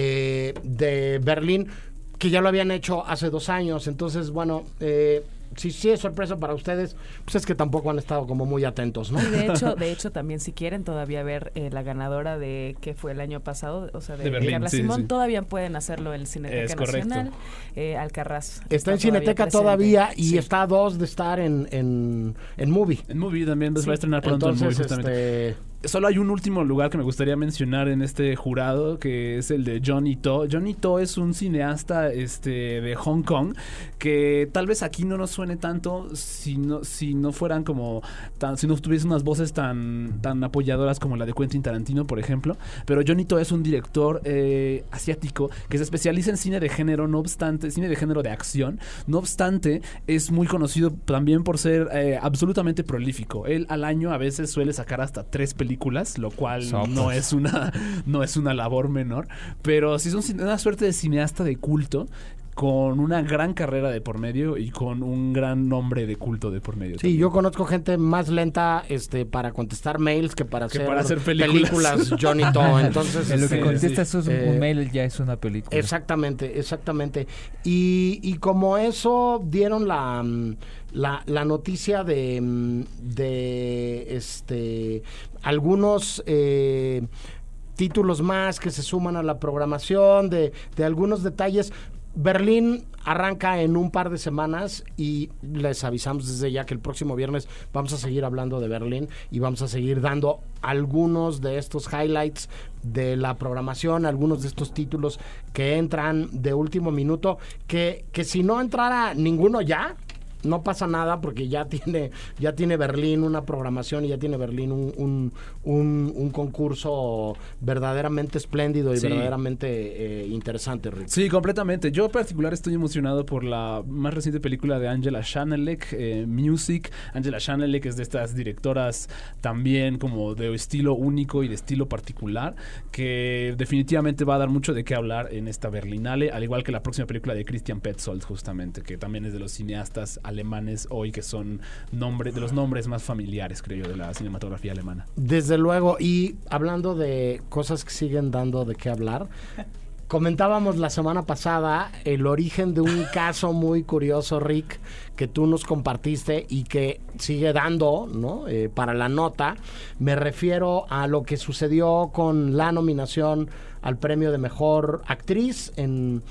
de Berlín, que ya lo habían hecho hace 2 años. Entonces, bueno, si es sorpresa para ustedes, pues es que tampoco han estado como muy atentos, ¿no? Y de hecho también, si quieren todavía ver la ganadora de que fue el año pasado, o sea, de Berlín, Carla Simón, todavía pueden hacerlo en Cineteca Nacional. Alcarraz está en Cineteca todavía y está a 2 de estar en Movie. En Movie también, va a estrenar pronto. Entonces, en Movie, justamente. Solo hay un último lugar que me gustaría mencionar en este jurado, que es el de Johnny To. Johnny To es un cineasta de Hong Kong, que tal vez aquí no nos suene tanto si no fueran como si no tuviese unas voces tan apoyadoras como la de Quentin Tarantino, por ejemplo. Pero Johnny To es un director asiático que se especializa en cine de género, cine de género de acción. No obstante, es muy conocido también por ser absolutamente prolífico. Él al año a veces suele sacar hasta 3 películas, lo cual no es una labor menor, pero sí es una suerte de cineasta de culto, con una gran carrera de por medio y con un gran nombre de culto de por medio. Sí, también. Yo conozco gente más lenta para contestar mails que para hacer películas Johnny To. Entonces, en lo que contestas un mail ya es una película. Exactamente. Y como eso dieron la noticia de algunos títulos más que se suman a la programación, de algunos detalles. Berlín arranca en un par de semanas y les avisamos desde ya que el próximo viernes vamos a seguir hablando de Berlín y vamos a seguir dando algunos de estos highlights de la programación, algunos de estos títulos que entran de último minuto, que si no entrara ninguno ya, no pasa nada, porque ya tiene Berlín una programación y ya tiene Berlín un concurso verdaderamente espléndido y verdaderamente interesante, Rick. Sí, completamente. Yo en particular estoy emocionado por la más reciente película de Angela Schanelek, Music. Angela Schanelek es de estas directoras también como de estilo único y de estilo particular, que definitivamente va a dar mucho de qué hablar en esta Berlinale, al igual que la próxima película de Christian Petzold, justamente, que también es de los cineastas alemanes hoy, que son de los nombres más familiares, creo yo, de la cinematografía alemana. Desde luego. Y hablando de cosas que siguen dando de qué hablar, comentábamos la semana pasada el origen de un caso muy curioso, Rick, que tú nos compartiste y que sigue dando, ¿no? Para la nota. Me refiero a lo que sucedió con la nominación al premio de mejor actriz en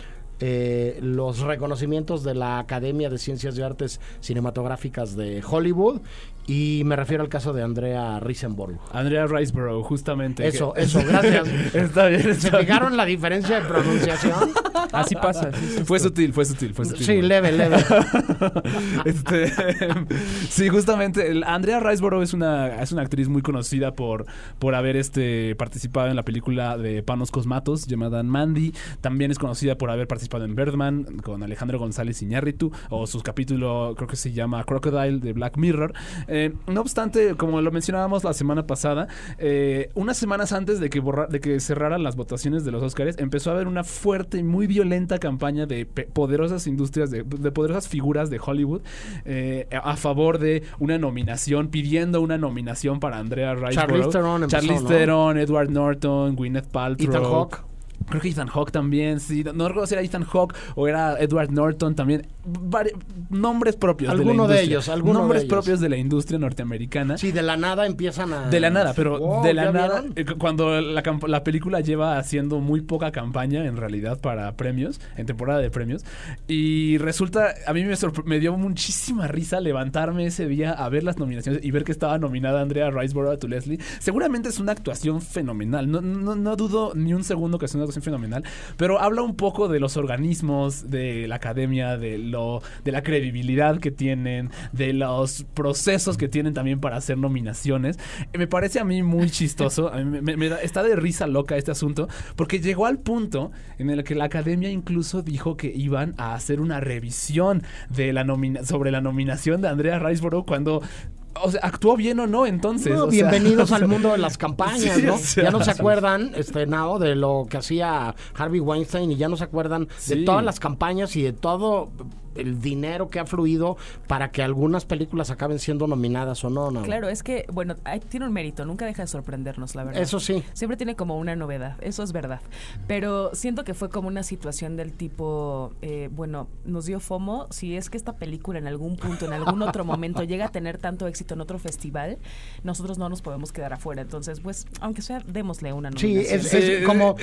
los reconocimientos de la Academia de Ciencias y Artes Cinematográficas de Hollywood, Y me refiero al caso de Andrea Riseborough. Andrea Riseborough, justamente. Eso, gracias. Está bien. ¿Se fijaron la diferencia de pronunciación? Así pasa. Sí, fue sutil. Sí, leve. Sí, justamente. Andrea Riseborough es una actriz muy conocida por haber participado en la película de Panos Cosmatos llamada Mandy. También es conocida por haber participado en Birdman con Alejandro González Iñárritu, o su capítulo, creo que se llama Crocodile, de Black Mirror. No obstante, como lo mencionábamos la semana pasada, unas semanas antes de que cerraran las votaciones de los Óscares, empezó a haber una fuerte y muy violenta campaña de poderosas industrias, de poderosas figuras de Hollywood a favor de una nominación, pidiendo una nominación para Andrea Riseborough. Charlize Theron, Edward Norton, Gwyneth Paltrow, Ethan Hawke. Creo que Ethan Hawke también, sí. No recuerdo si era Ethan Hawke o era Edward Norton también. Nombres propios de la industria. Nombres propios de la industria norteamericana. Sí, de la nada empiezan a... De la nada, pero de la nada, cuando la película lleva haciendo muy poca campaña, en realidad, para premios, en temporada de premios. Y resulta, a mí me dio muchísima risa levantarme ese día a ver las nominaciones y ver que estaba nominada Andrea Riseborough to Leslie. Seguramente es una actuación fenomenal. No dudo ni un segundo que es una actuación fenomenal, pero habla un poco de los organismos, de la academia, de la credibilidad que tienen, de los procesos que tienen también para hacer nominaciones. Me parece a mí muy chistoso. A mí está de risa loca este asunto, porque llegó al punto en el que la academia incluso dijo que iban a hacer una revisión de sobre la nominación de Andrea Riseborough cuando... O sea, ¿actuó bien o no entonces? No, bienvenidos al mundo de las campañas, sí, ¿no? Ya no se acuerdan, Nao, de lo que hacía Harvey Weinstein, y ya no se acuerdan de todas las campañas y de todo el dinero que ha fluido para que algunas películas acaben siendo nominadas o no. Claro, es que, bueno, tiene un mérito, nunca deja de sorprendernos, la verdad. Eso sí. Siempre tiene como una novedad, eso es verdad. Pero siento que fue como una situación del tipo, nos dio FOMO, si es que esta película en algún punto, en algún otro momento llega a tener tanto éxito en otro festival, nosotros no nos podemos quedar afuera. Entonces, pues, aunque sea, démosle una nominación. Sí, es como,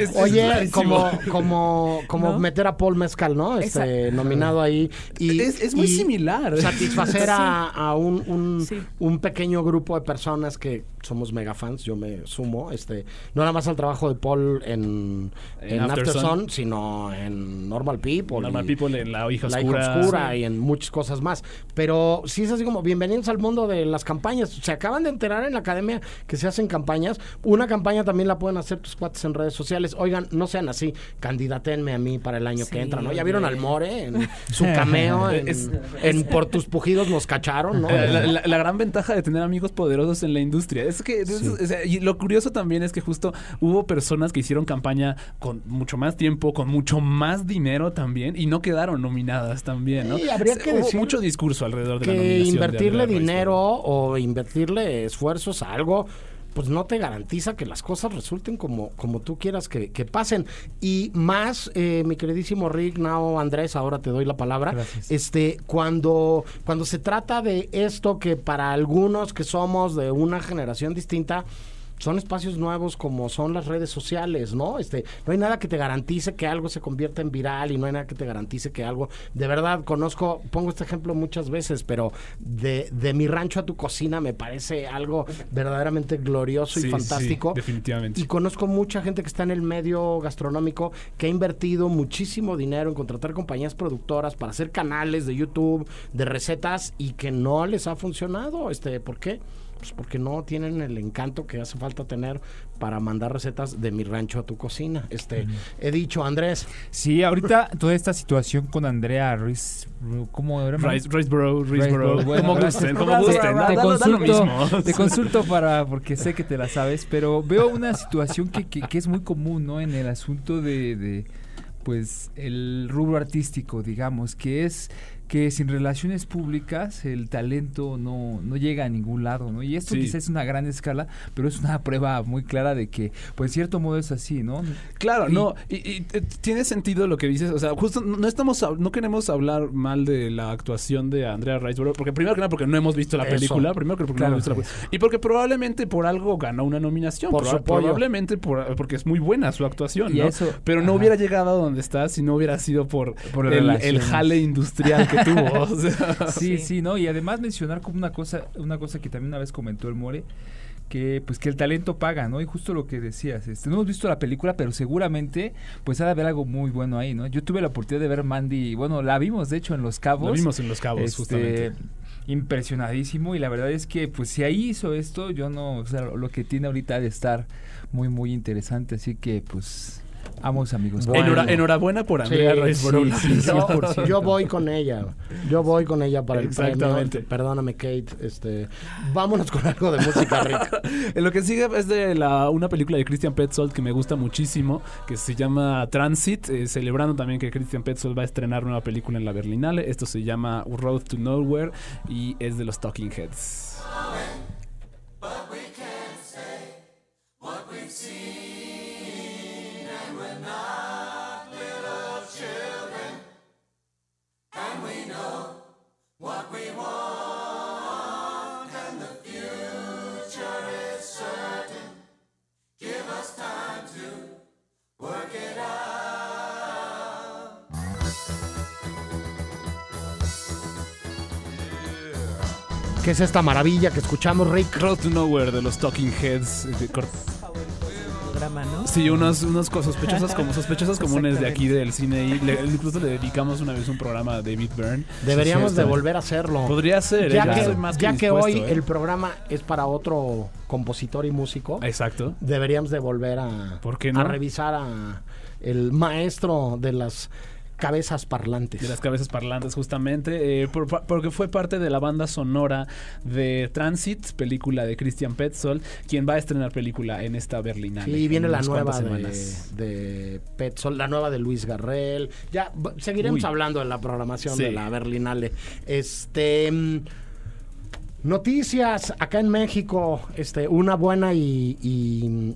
como ¿no? Meter a Paul Mescal, ¿no? Nominado ahí. Y, es muy similar. Satisfacer a un pequeño grupo de personas que somos mega fans, yo me sumo, no nada más al trabajo de Paul en Aftersun, sino en Normal People. En La Hija Oscura. Y en muchas cosas más. Pero sí es así como, bienvenidos al mundo de las campañas. Se acaban de enterar en la academia que se hacen campañas. Una campaña también la pueden hacer tus cuates en redes sociales. Oigan, no sean así, candidatenme a mí para el año que entra, ¿no? Ya vieron al More en su cameo en Por tus pujidos nos cacharon, ¿no? La gran ventaja de tener amigos poderosos en la industria es que y lo curioso también es que justo hubo personas que hicieron campaña con mucho más tiempo, con mucho más dinero también, y no quedaron nominadas también, ¿no? Sí, habría que decir mucho discurso alrededor de la nominación. Que invertirle dinero o invertirle esfuerzos a algo, pues no te garantiza que las cosas resulten como tú quieras que pasen. Y más, mi queridísimo Rick, Nao, Andrés, ahora te doy la palabra. Gracias. Cuando se trata de esto que para algunos que somos de una generación distinta, son espacios nuevos como son las redes sociales, ¿no? No hay nada que te garantice que algo se convierta en viral, y no hay nada que te garantice que algo... De verdad, pongo este ejemplo muchas veces, pero de Mi Rancho a Tu Cocina me parece algo verdaderamente glorioso y fantástico. Sí, definitivamente. Y conozco mucha gente que está en el medio gastronómico que ha invertido muchísimo dinero en contratar compañías productoras para hacer canales de YouTube, de recetas, y que no les ha funcionado. ¿Por qué? Pues porque no tienen el encanto que hace falta tener para mandar recetas de Mi Rancho a Tu Cocina. He dicho, Andrés. Sí, ahorita toda esta situación con Andrea ¿cómo era? Riseborough. Bueno, como gusten. Te consulto porque sé que te la sabes, pero veo una situación que es muy común, ¿no? En el asunto de pues el rubro artístico, digamos, que es que sin relaciones públicas el talento no llega a ningún lado, ¿no? Y esto quizás es una gran escala, pero es una prueba muy clara de que, pues, en cierto modo es así, ¿no? Claro, y tiene sentido lo que dices, o sea, justo no queremos hablar mal de la actuación de Andrea Riseborough, porque primero que nada porque no hemos visto la película, y porque probablemente por algo ganó una nominación, probablemente porque es muy buena su actuación, ¿no? Pero no hubiera llegado a donde está si no hubiera sido por el jale industrial que que tuvo. O sea. Sí, ¿no? Y además mencionar como una cosa que también una vez comentó el More, que pues que el talento paga, ¿no? Y justo lo que decías, no hemos visto la película, pero seguramente pues ha de haber algo muy bueno ahí, ¿no? Yo tuve la oportunidad de ver Mandy, bueno, la vimos de hecho en Los Cabos. La vimos en Los Cabos, justamente. Impresionadísimo, y la verdad es que pues si ahí hizo esto, yo no, o sea, lo que tiene ahorita ha de estar muy, muy interesante, así que pues... Vamos, amigos. Bueno. Enhorabuena por Andrea Riseborough. Yo voy con ella. Yo voy con ella para el premio. Perdóname, Kate. Vámonos con algo de música rica. Lo que sigue es de una película de Christian Petzold que me gusta muchísimo, que se llama Transit, celebrando también que Christian Petzold va a estrenar una película en la Berlinale. Esto se llama Road to Nowhere y es de los Talking Heads. ¿Qué es esta maravilla que escuchamos, Rick? Road to Nowhere de los Talking Heads. ¿no? Sí, unos sospechosas comunes de aquí del cine. Y incluso le dedicamos una vez un programa a David Byrne. Deberíamos de volver a hacerlo. Podría ser. Ya que hoy el programa es para otro compositor y músico. Exacto. Deberíamos de volver a, ¿por qué no? A revisar a el maestro de las cabezas parlantes. De las cabezas parlantes, justamente, porque fue parte de la banda sonora de Transit, película de Christian Petzold, quien va a estrenar película en esta Berlinale. Sí, viene la nueva de Petzold, la nueva de Luis Garrel. Ya seguiremos hablando de la programación de la Berlinale. Noticias acá en México, una buena y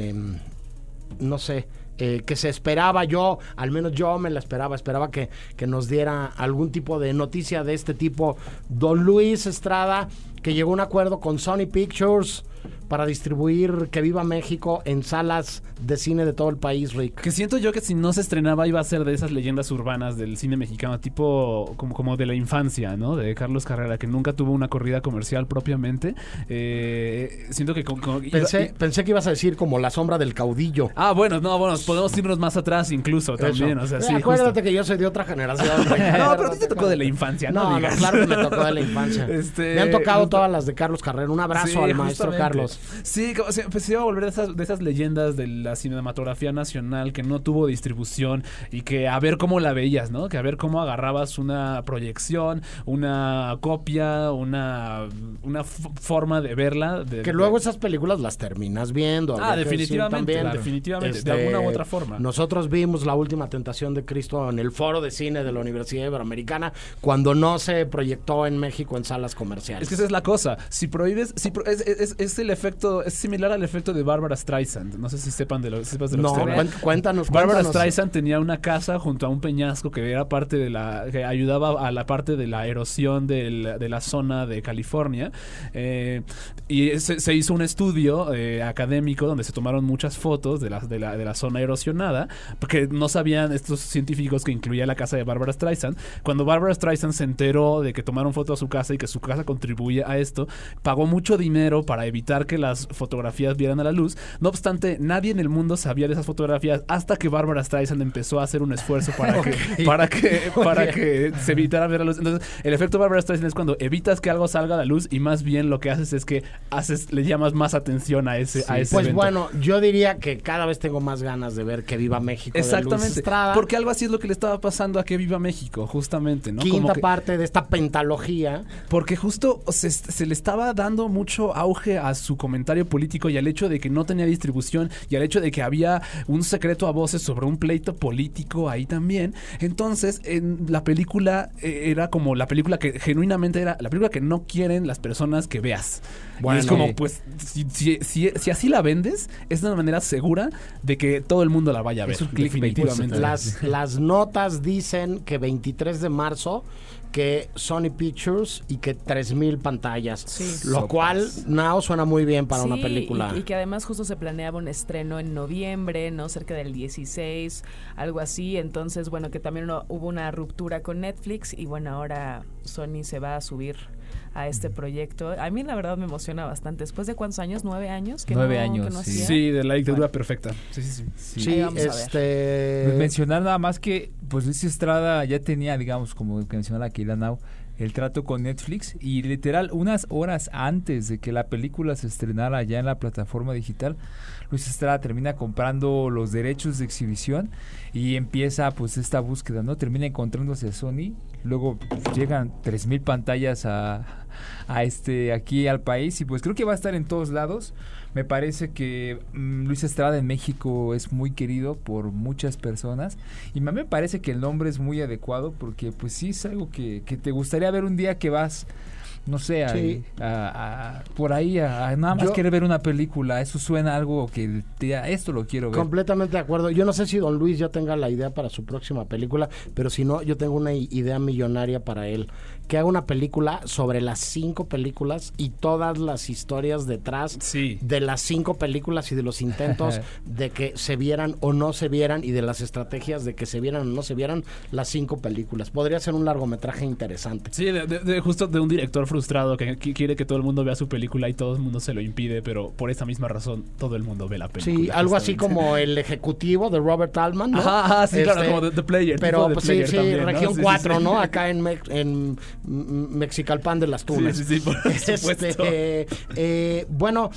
no sé, que se esperaba, al menos yo me la esperaba que nos diera algún tipo de noticia de este tipo. Don Luis Estrada, que llegó a un acuerdo con Sony Pictures para distribuir Que Viva México en salas de cine de todo el país, Rick. Que siento yo que si no se estrenaba iba a ser de esas leyendas urbanas del cine mexicano, tipo como de la infancia, ¿no? De Carlos Carrera, que nunca tuvo una corrida comercial propiamente. Siento que... Pensé que ibas a decir como La Sombra del Caudillo. Bueno, podemos irnos más atrás incluso también. O sea, sí, acuérdate justo que yo soy de otra generación. No, pero a ti te tocó de la infancia, ¿no? No, claro que me tocó de la infancia. Me han tocado todas las de Carlos Carrera. Un abrazo al maestro Carlos. Sí, pues se iba a volver de esas leyendas de la cinematografía nacional que no tuvo distribución y que a ver cómo la veías, ¿no? Que a ver cómo agarrabas una proyección, una copia, una forma de verla. Que luego esas películas las terminas viendo. Definitivamente, también, definitivamente, de alguna u otra forma. Nosotros vimos La Última Tentación de Cristo en el Foro de Cine de la Universidad Iberoamericana cuando no se proyectó en México en salas comerciales. Es que esa es la cosa. Si prohíbes, es el efecto, es similar al efecto de Barbara Streisand. No sé si sepas de lo que cuéntanos. Barbara Streisand tenía una casa junto a un peñasco que era parte de que ayudaba a la parte de la erosión de la zona de California. Y se hizo un estudio académico donde se tomaron muchas fotos de la zona erosionada, porque no sabían estos científicos que incluía la casa de Barbara Streisand. Cuando Barbara Streisand se enteró de que tomaron fotos a su casa y que su casa contribuye a esto, pagó mucho dinero para evitar que las fotografías vieran a la luz. No obstante, nadie en el mundo sabía de esas fotografías hasta que Barbara Streisand empezó a hacer un esfuerzo para que se evitara ver a la luz. Entonces, el efecto Barbara Streisand es cuando evitas que algo salga a la luz y más bien lo que haces es que le llamas más atención a ese pues evento. Bueno, yo diría que cada vez tengo más ganas de ver Que Viva México. Exactamente, de Luis Estrada. Porque algo así es lo que le estaba pasando a Que Viva México, justamente, ¿no? Quinta parte de esta pentalogía. Porque justo se le estaba dando mucho auge a su comentario político y al hecho de que no tenía distribución y al hecho de que había un secreto a voces sobre un pleito político ahí también. Entonces, la película era como la película que genuinamente era la película que no quieren las personas que veas. Bueno, y es como, pues, si así la vendes, es una manera segura de que todo el mundo la vaya a ver. Es un clickbait. Definitivamente. Las notas dicen que 23 de marzo que Sony Pictures y que 3,000 pantallas. Sí. Lo cual, suena muy bien para una película. Y que además justo se planeaba un estreno en noviembre, ¿no? Cerca del 16, algo así. Entonces, bueno, que también hubo una ruptura con Netflix y bueno, ahora Sony se va a subir a este proyecto. A mí la verdad me emociona bastante. ¿Después de cuántos años? 9 años. 9 años, que no sí. Sí, de la dictadura perfecta. Sí, vamos a ver. Mencionar nada más que pues Luis Estrada ya tenía, digamos, como que mencionó la Keila Now, el trato con Netflix y literal unas horas antes de que la película se estrenara ya en la plataforma digital, Luis Estrada termina comprando los derechos de exhibición y empieza pues esta búsqueda, ¿no? Termina encontrándose a Sony, luego llegan 3,000 pantallas aquí al país y pues creo que va a estar en todos lados. Me parece que Luis Estrada en México es muy querido por muchas personas y me parece que el nombre es muy adecuado porque pues sí es algo que te gustaría ver un día que vas, no sé, por ahí a nada más querer ver una película. Eso suena algo que esto lo quiero ver. Completamente de acuerdo. Yo no sé si don Luis ya tenga la idea para su próxima película, pero si no, yo tengo una idea millonaria para él. Que haga una película sobre las 5 películas y todas las historias detrás de las 5 películas y de los intentos de que se vieran o no se vieran y de las estrategias de que se vieran o no se vieran las 5 películas. Podría ser un largometraje interesante. Sí, justo de un director frustrado que quiere que todo el mundo vea su película y todo el mundo se lo impide, pero por esa misma razón todo el mundo ve la película. Sí, algo así como El Ejecutivo de Robert Altman, ¿no? Ajá, sí, claro, como The Player. Pero pues, Player sí, también, región ¿no? 4, ¿no? Acá en Mexicalpan de las Tunas. Sí, por supuesto. Bueno,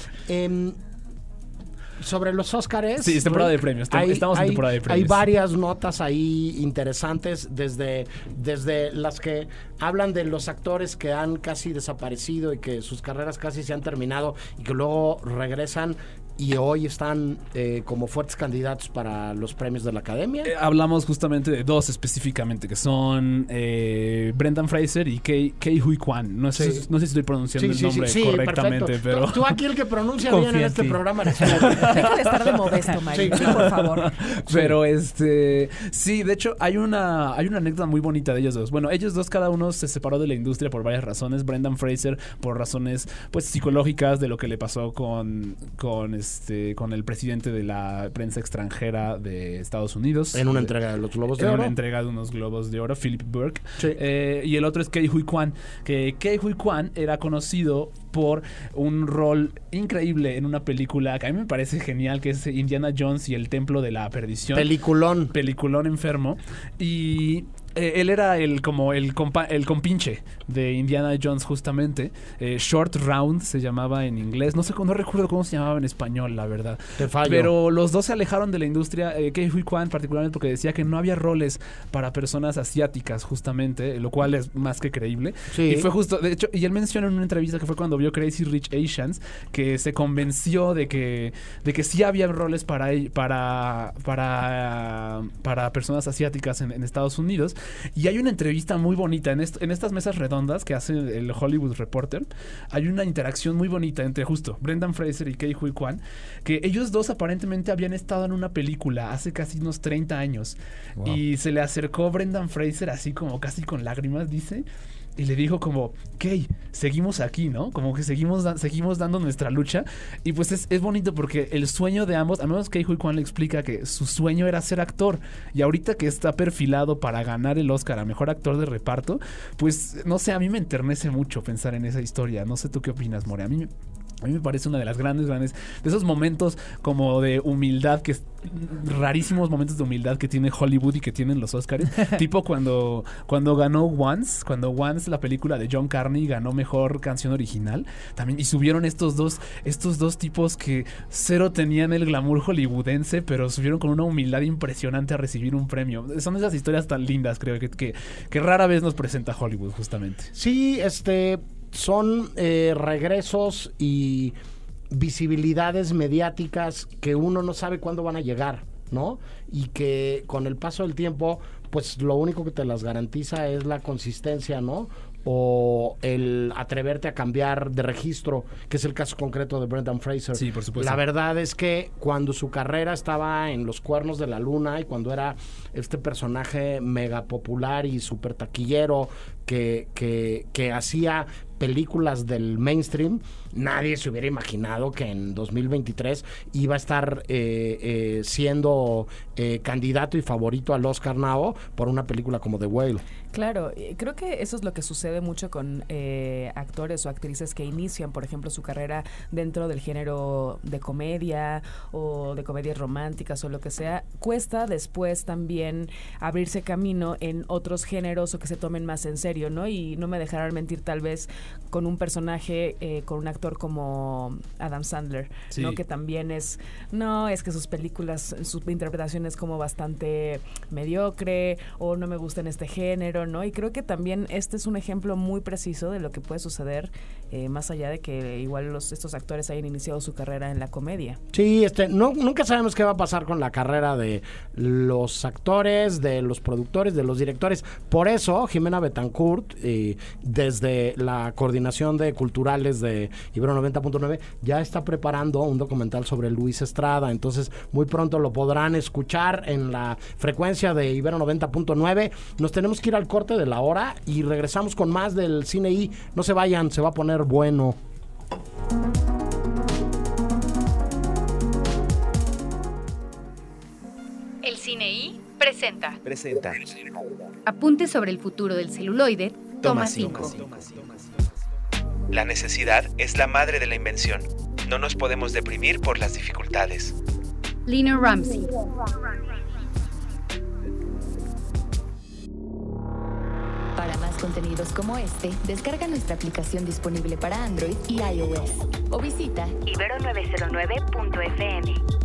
sobre los Óscares. Sí, es temporada de premios. Estamos en temporada de premios. Hay varias notas ahí interesantes, desde las que hablan de los actores que han casi desaparecido y que sus carreras casi se han terminado y que luego regresan y hoy están como fuertes candidatos para los premios de la Academia. Hablamos justamente de 2 específicamente, que son Brendan Fraser y Ke Huy Quan. No sé si estoy pronunciando el nombre correctamente, perfecto. Pero tú aquí el que pronuncia bien en este programa eres tú. Deja de estar de modesto, Mario, por favor. Pero sí, de hecho hay una anécdota muy bonita de ellos dos. Bueno, ellos dos cada uno se separó de la industria por varias razones. Brendan Fraser por razones pues psicológicas de lo que le pasó con el presidente de la prensa extranjera de Estados Unidos. En una entrega de los Globos de Oro. En una entrega de unos Globos de Oro, Philip Burke. Sí. Y el otro es Ke Huy Quan. Que Ke Huy Quan era conocido por un rol increíble en una película que a mí me parece genial, que es Indiana Jones y el Templo de la Perdición. Peliculón enfermo. Y él era el compinche de Indiana Jones justamente. Short Round se llamaba en inglés. No recuerdo cómo se llamaba en español, la verdad. Te fallo. Pero los dos se alejaron de la industria. Ke Huy Quan particularmente porque decía que no había roles para personas asiáticas justamente, lo cual es más que creíble. Sí. Y fue justo, de hecho, y él menciona en una entrevista que fue cuando vio Crazy Rich Asians, que se convenció de que sí había roles para personas asiáticas en Estados Unidos. Y hay una entrevista muy bonita en estas mesas redondas que hace el Hollywood Reporter. Hay una interacción muy bonita entre justo Brendan Fraser y Ke Huy Quan, que ellos dos aparentemente habían estado en una película hace casi unos 30 años. Wow. Y se le acercó Brendan Fraser así como casi con lágrimas, dice, y le dijo como, Kay, seguimos aquí, ¿no? Como que seguimos dando nuestra lucha. Y pues es bonito porque el sueño de ambos, al menos Ke Huy Quan le explica que su sueño era ser actor. Y ahorita que está perfilado para ganar el Oscar a Mejor Actor de Reparto, pues, no sé, a mí me enternece mucho pensar en esa historia. No sé tú qué opinas, More. A mí me parece una de las grandes, de esos momentos como de humildad, rarísimos momentos de humildad que tiene Hollywood y que tienen los Oscars. Tipo cuando ganó Once, la película de John Carney, ganó Mejor Canción Original. También, y subieron estos dos tipos que cero tenían el glamour hollywoodense, pero subieron con una humildad impresionante a recibir un premio. Son esas historias tan lindas, creo, que rara vez nos presenta Hollywood, justamente. Sí, son regresos y visibilidades mediáticas que uno no sabe cuándo van a llegar, ¿no? Y que con el paso del tiempo, pues lo único que te las garantiza es la consistencia, ¿no? o el atreverte a cambiar de registro, que es el caso concreto de Brendan Fraser. Sí, por supuesto. La verdad es que cuando su carrera estaba en los cuernos de la luna y cuando era este personaje mega popular y súper taquillero que hacía películas del mainstream, nadie se hubiera imaginado que en 2023 iba a estar siendo candidato y favorito al Oscar Now por una película como The Whale. Claro, creo que eso es lo que sucede mucho con actores o actrices que inician, por ejemplo, su carrera dentro del género de comedia o de comedias románticas o lo que sea. Cuesta después también abrirse camino en otros géneros o que se tomen más en serio, ¿no? Y no me dejarán mentir, tal vez con un personaje, con un actor como Adam Sandler, sí, ¿no? Que también es que sus películas, su interpretación es como bastante mediocre o no me gusta en este género, ¿no? Y creo que también este es un ejemplo muy preciso de lo que puede suceder más allá de que igual estos actores hayan iniciado su carrera en la comedia. Sí, nunca sabemos qué va a pasar con la carrera de los actores, de los productores, de los directores. Por eso, Jimena Betancourt, desde la coordinación de culturales de Ibero 90.9, ya está preparando un documental sobre Luis Estrada. Entonces, muy pronto lo podrán escuchar en la frecuencia de Ibero 90.9. Nos tenemos que ir al corte de la hora y regresamos con más del Cine I. No se vayan, se va a poner bueno. El Cine I presenta. Apuntes sobre el futuro del celuloide, toma 5. La necesidad es la madre de la invención. No nos podemos deprimir por las dificultades. Lina Ramsey. Para más contenidos como este, descarga nuestra aplicación disponible para Android y iOS o visita ibero909.fm.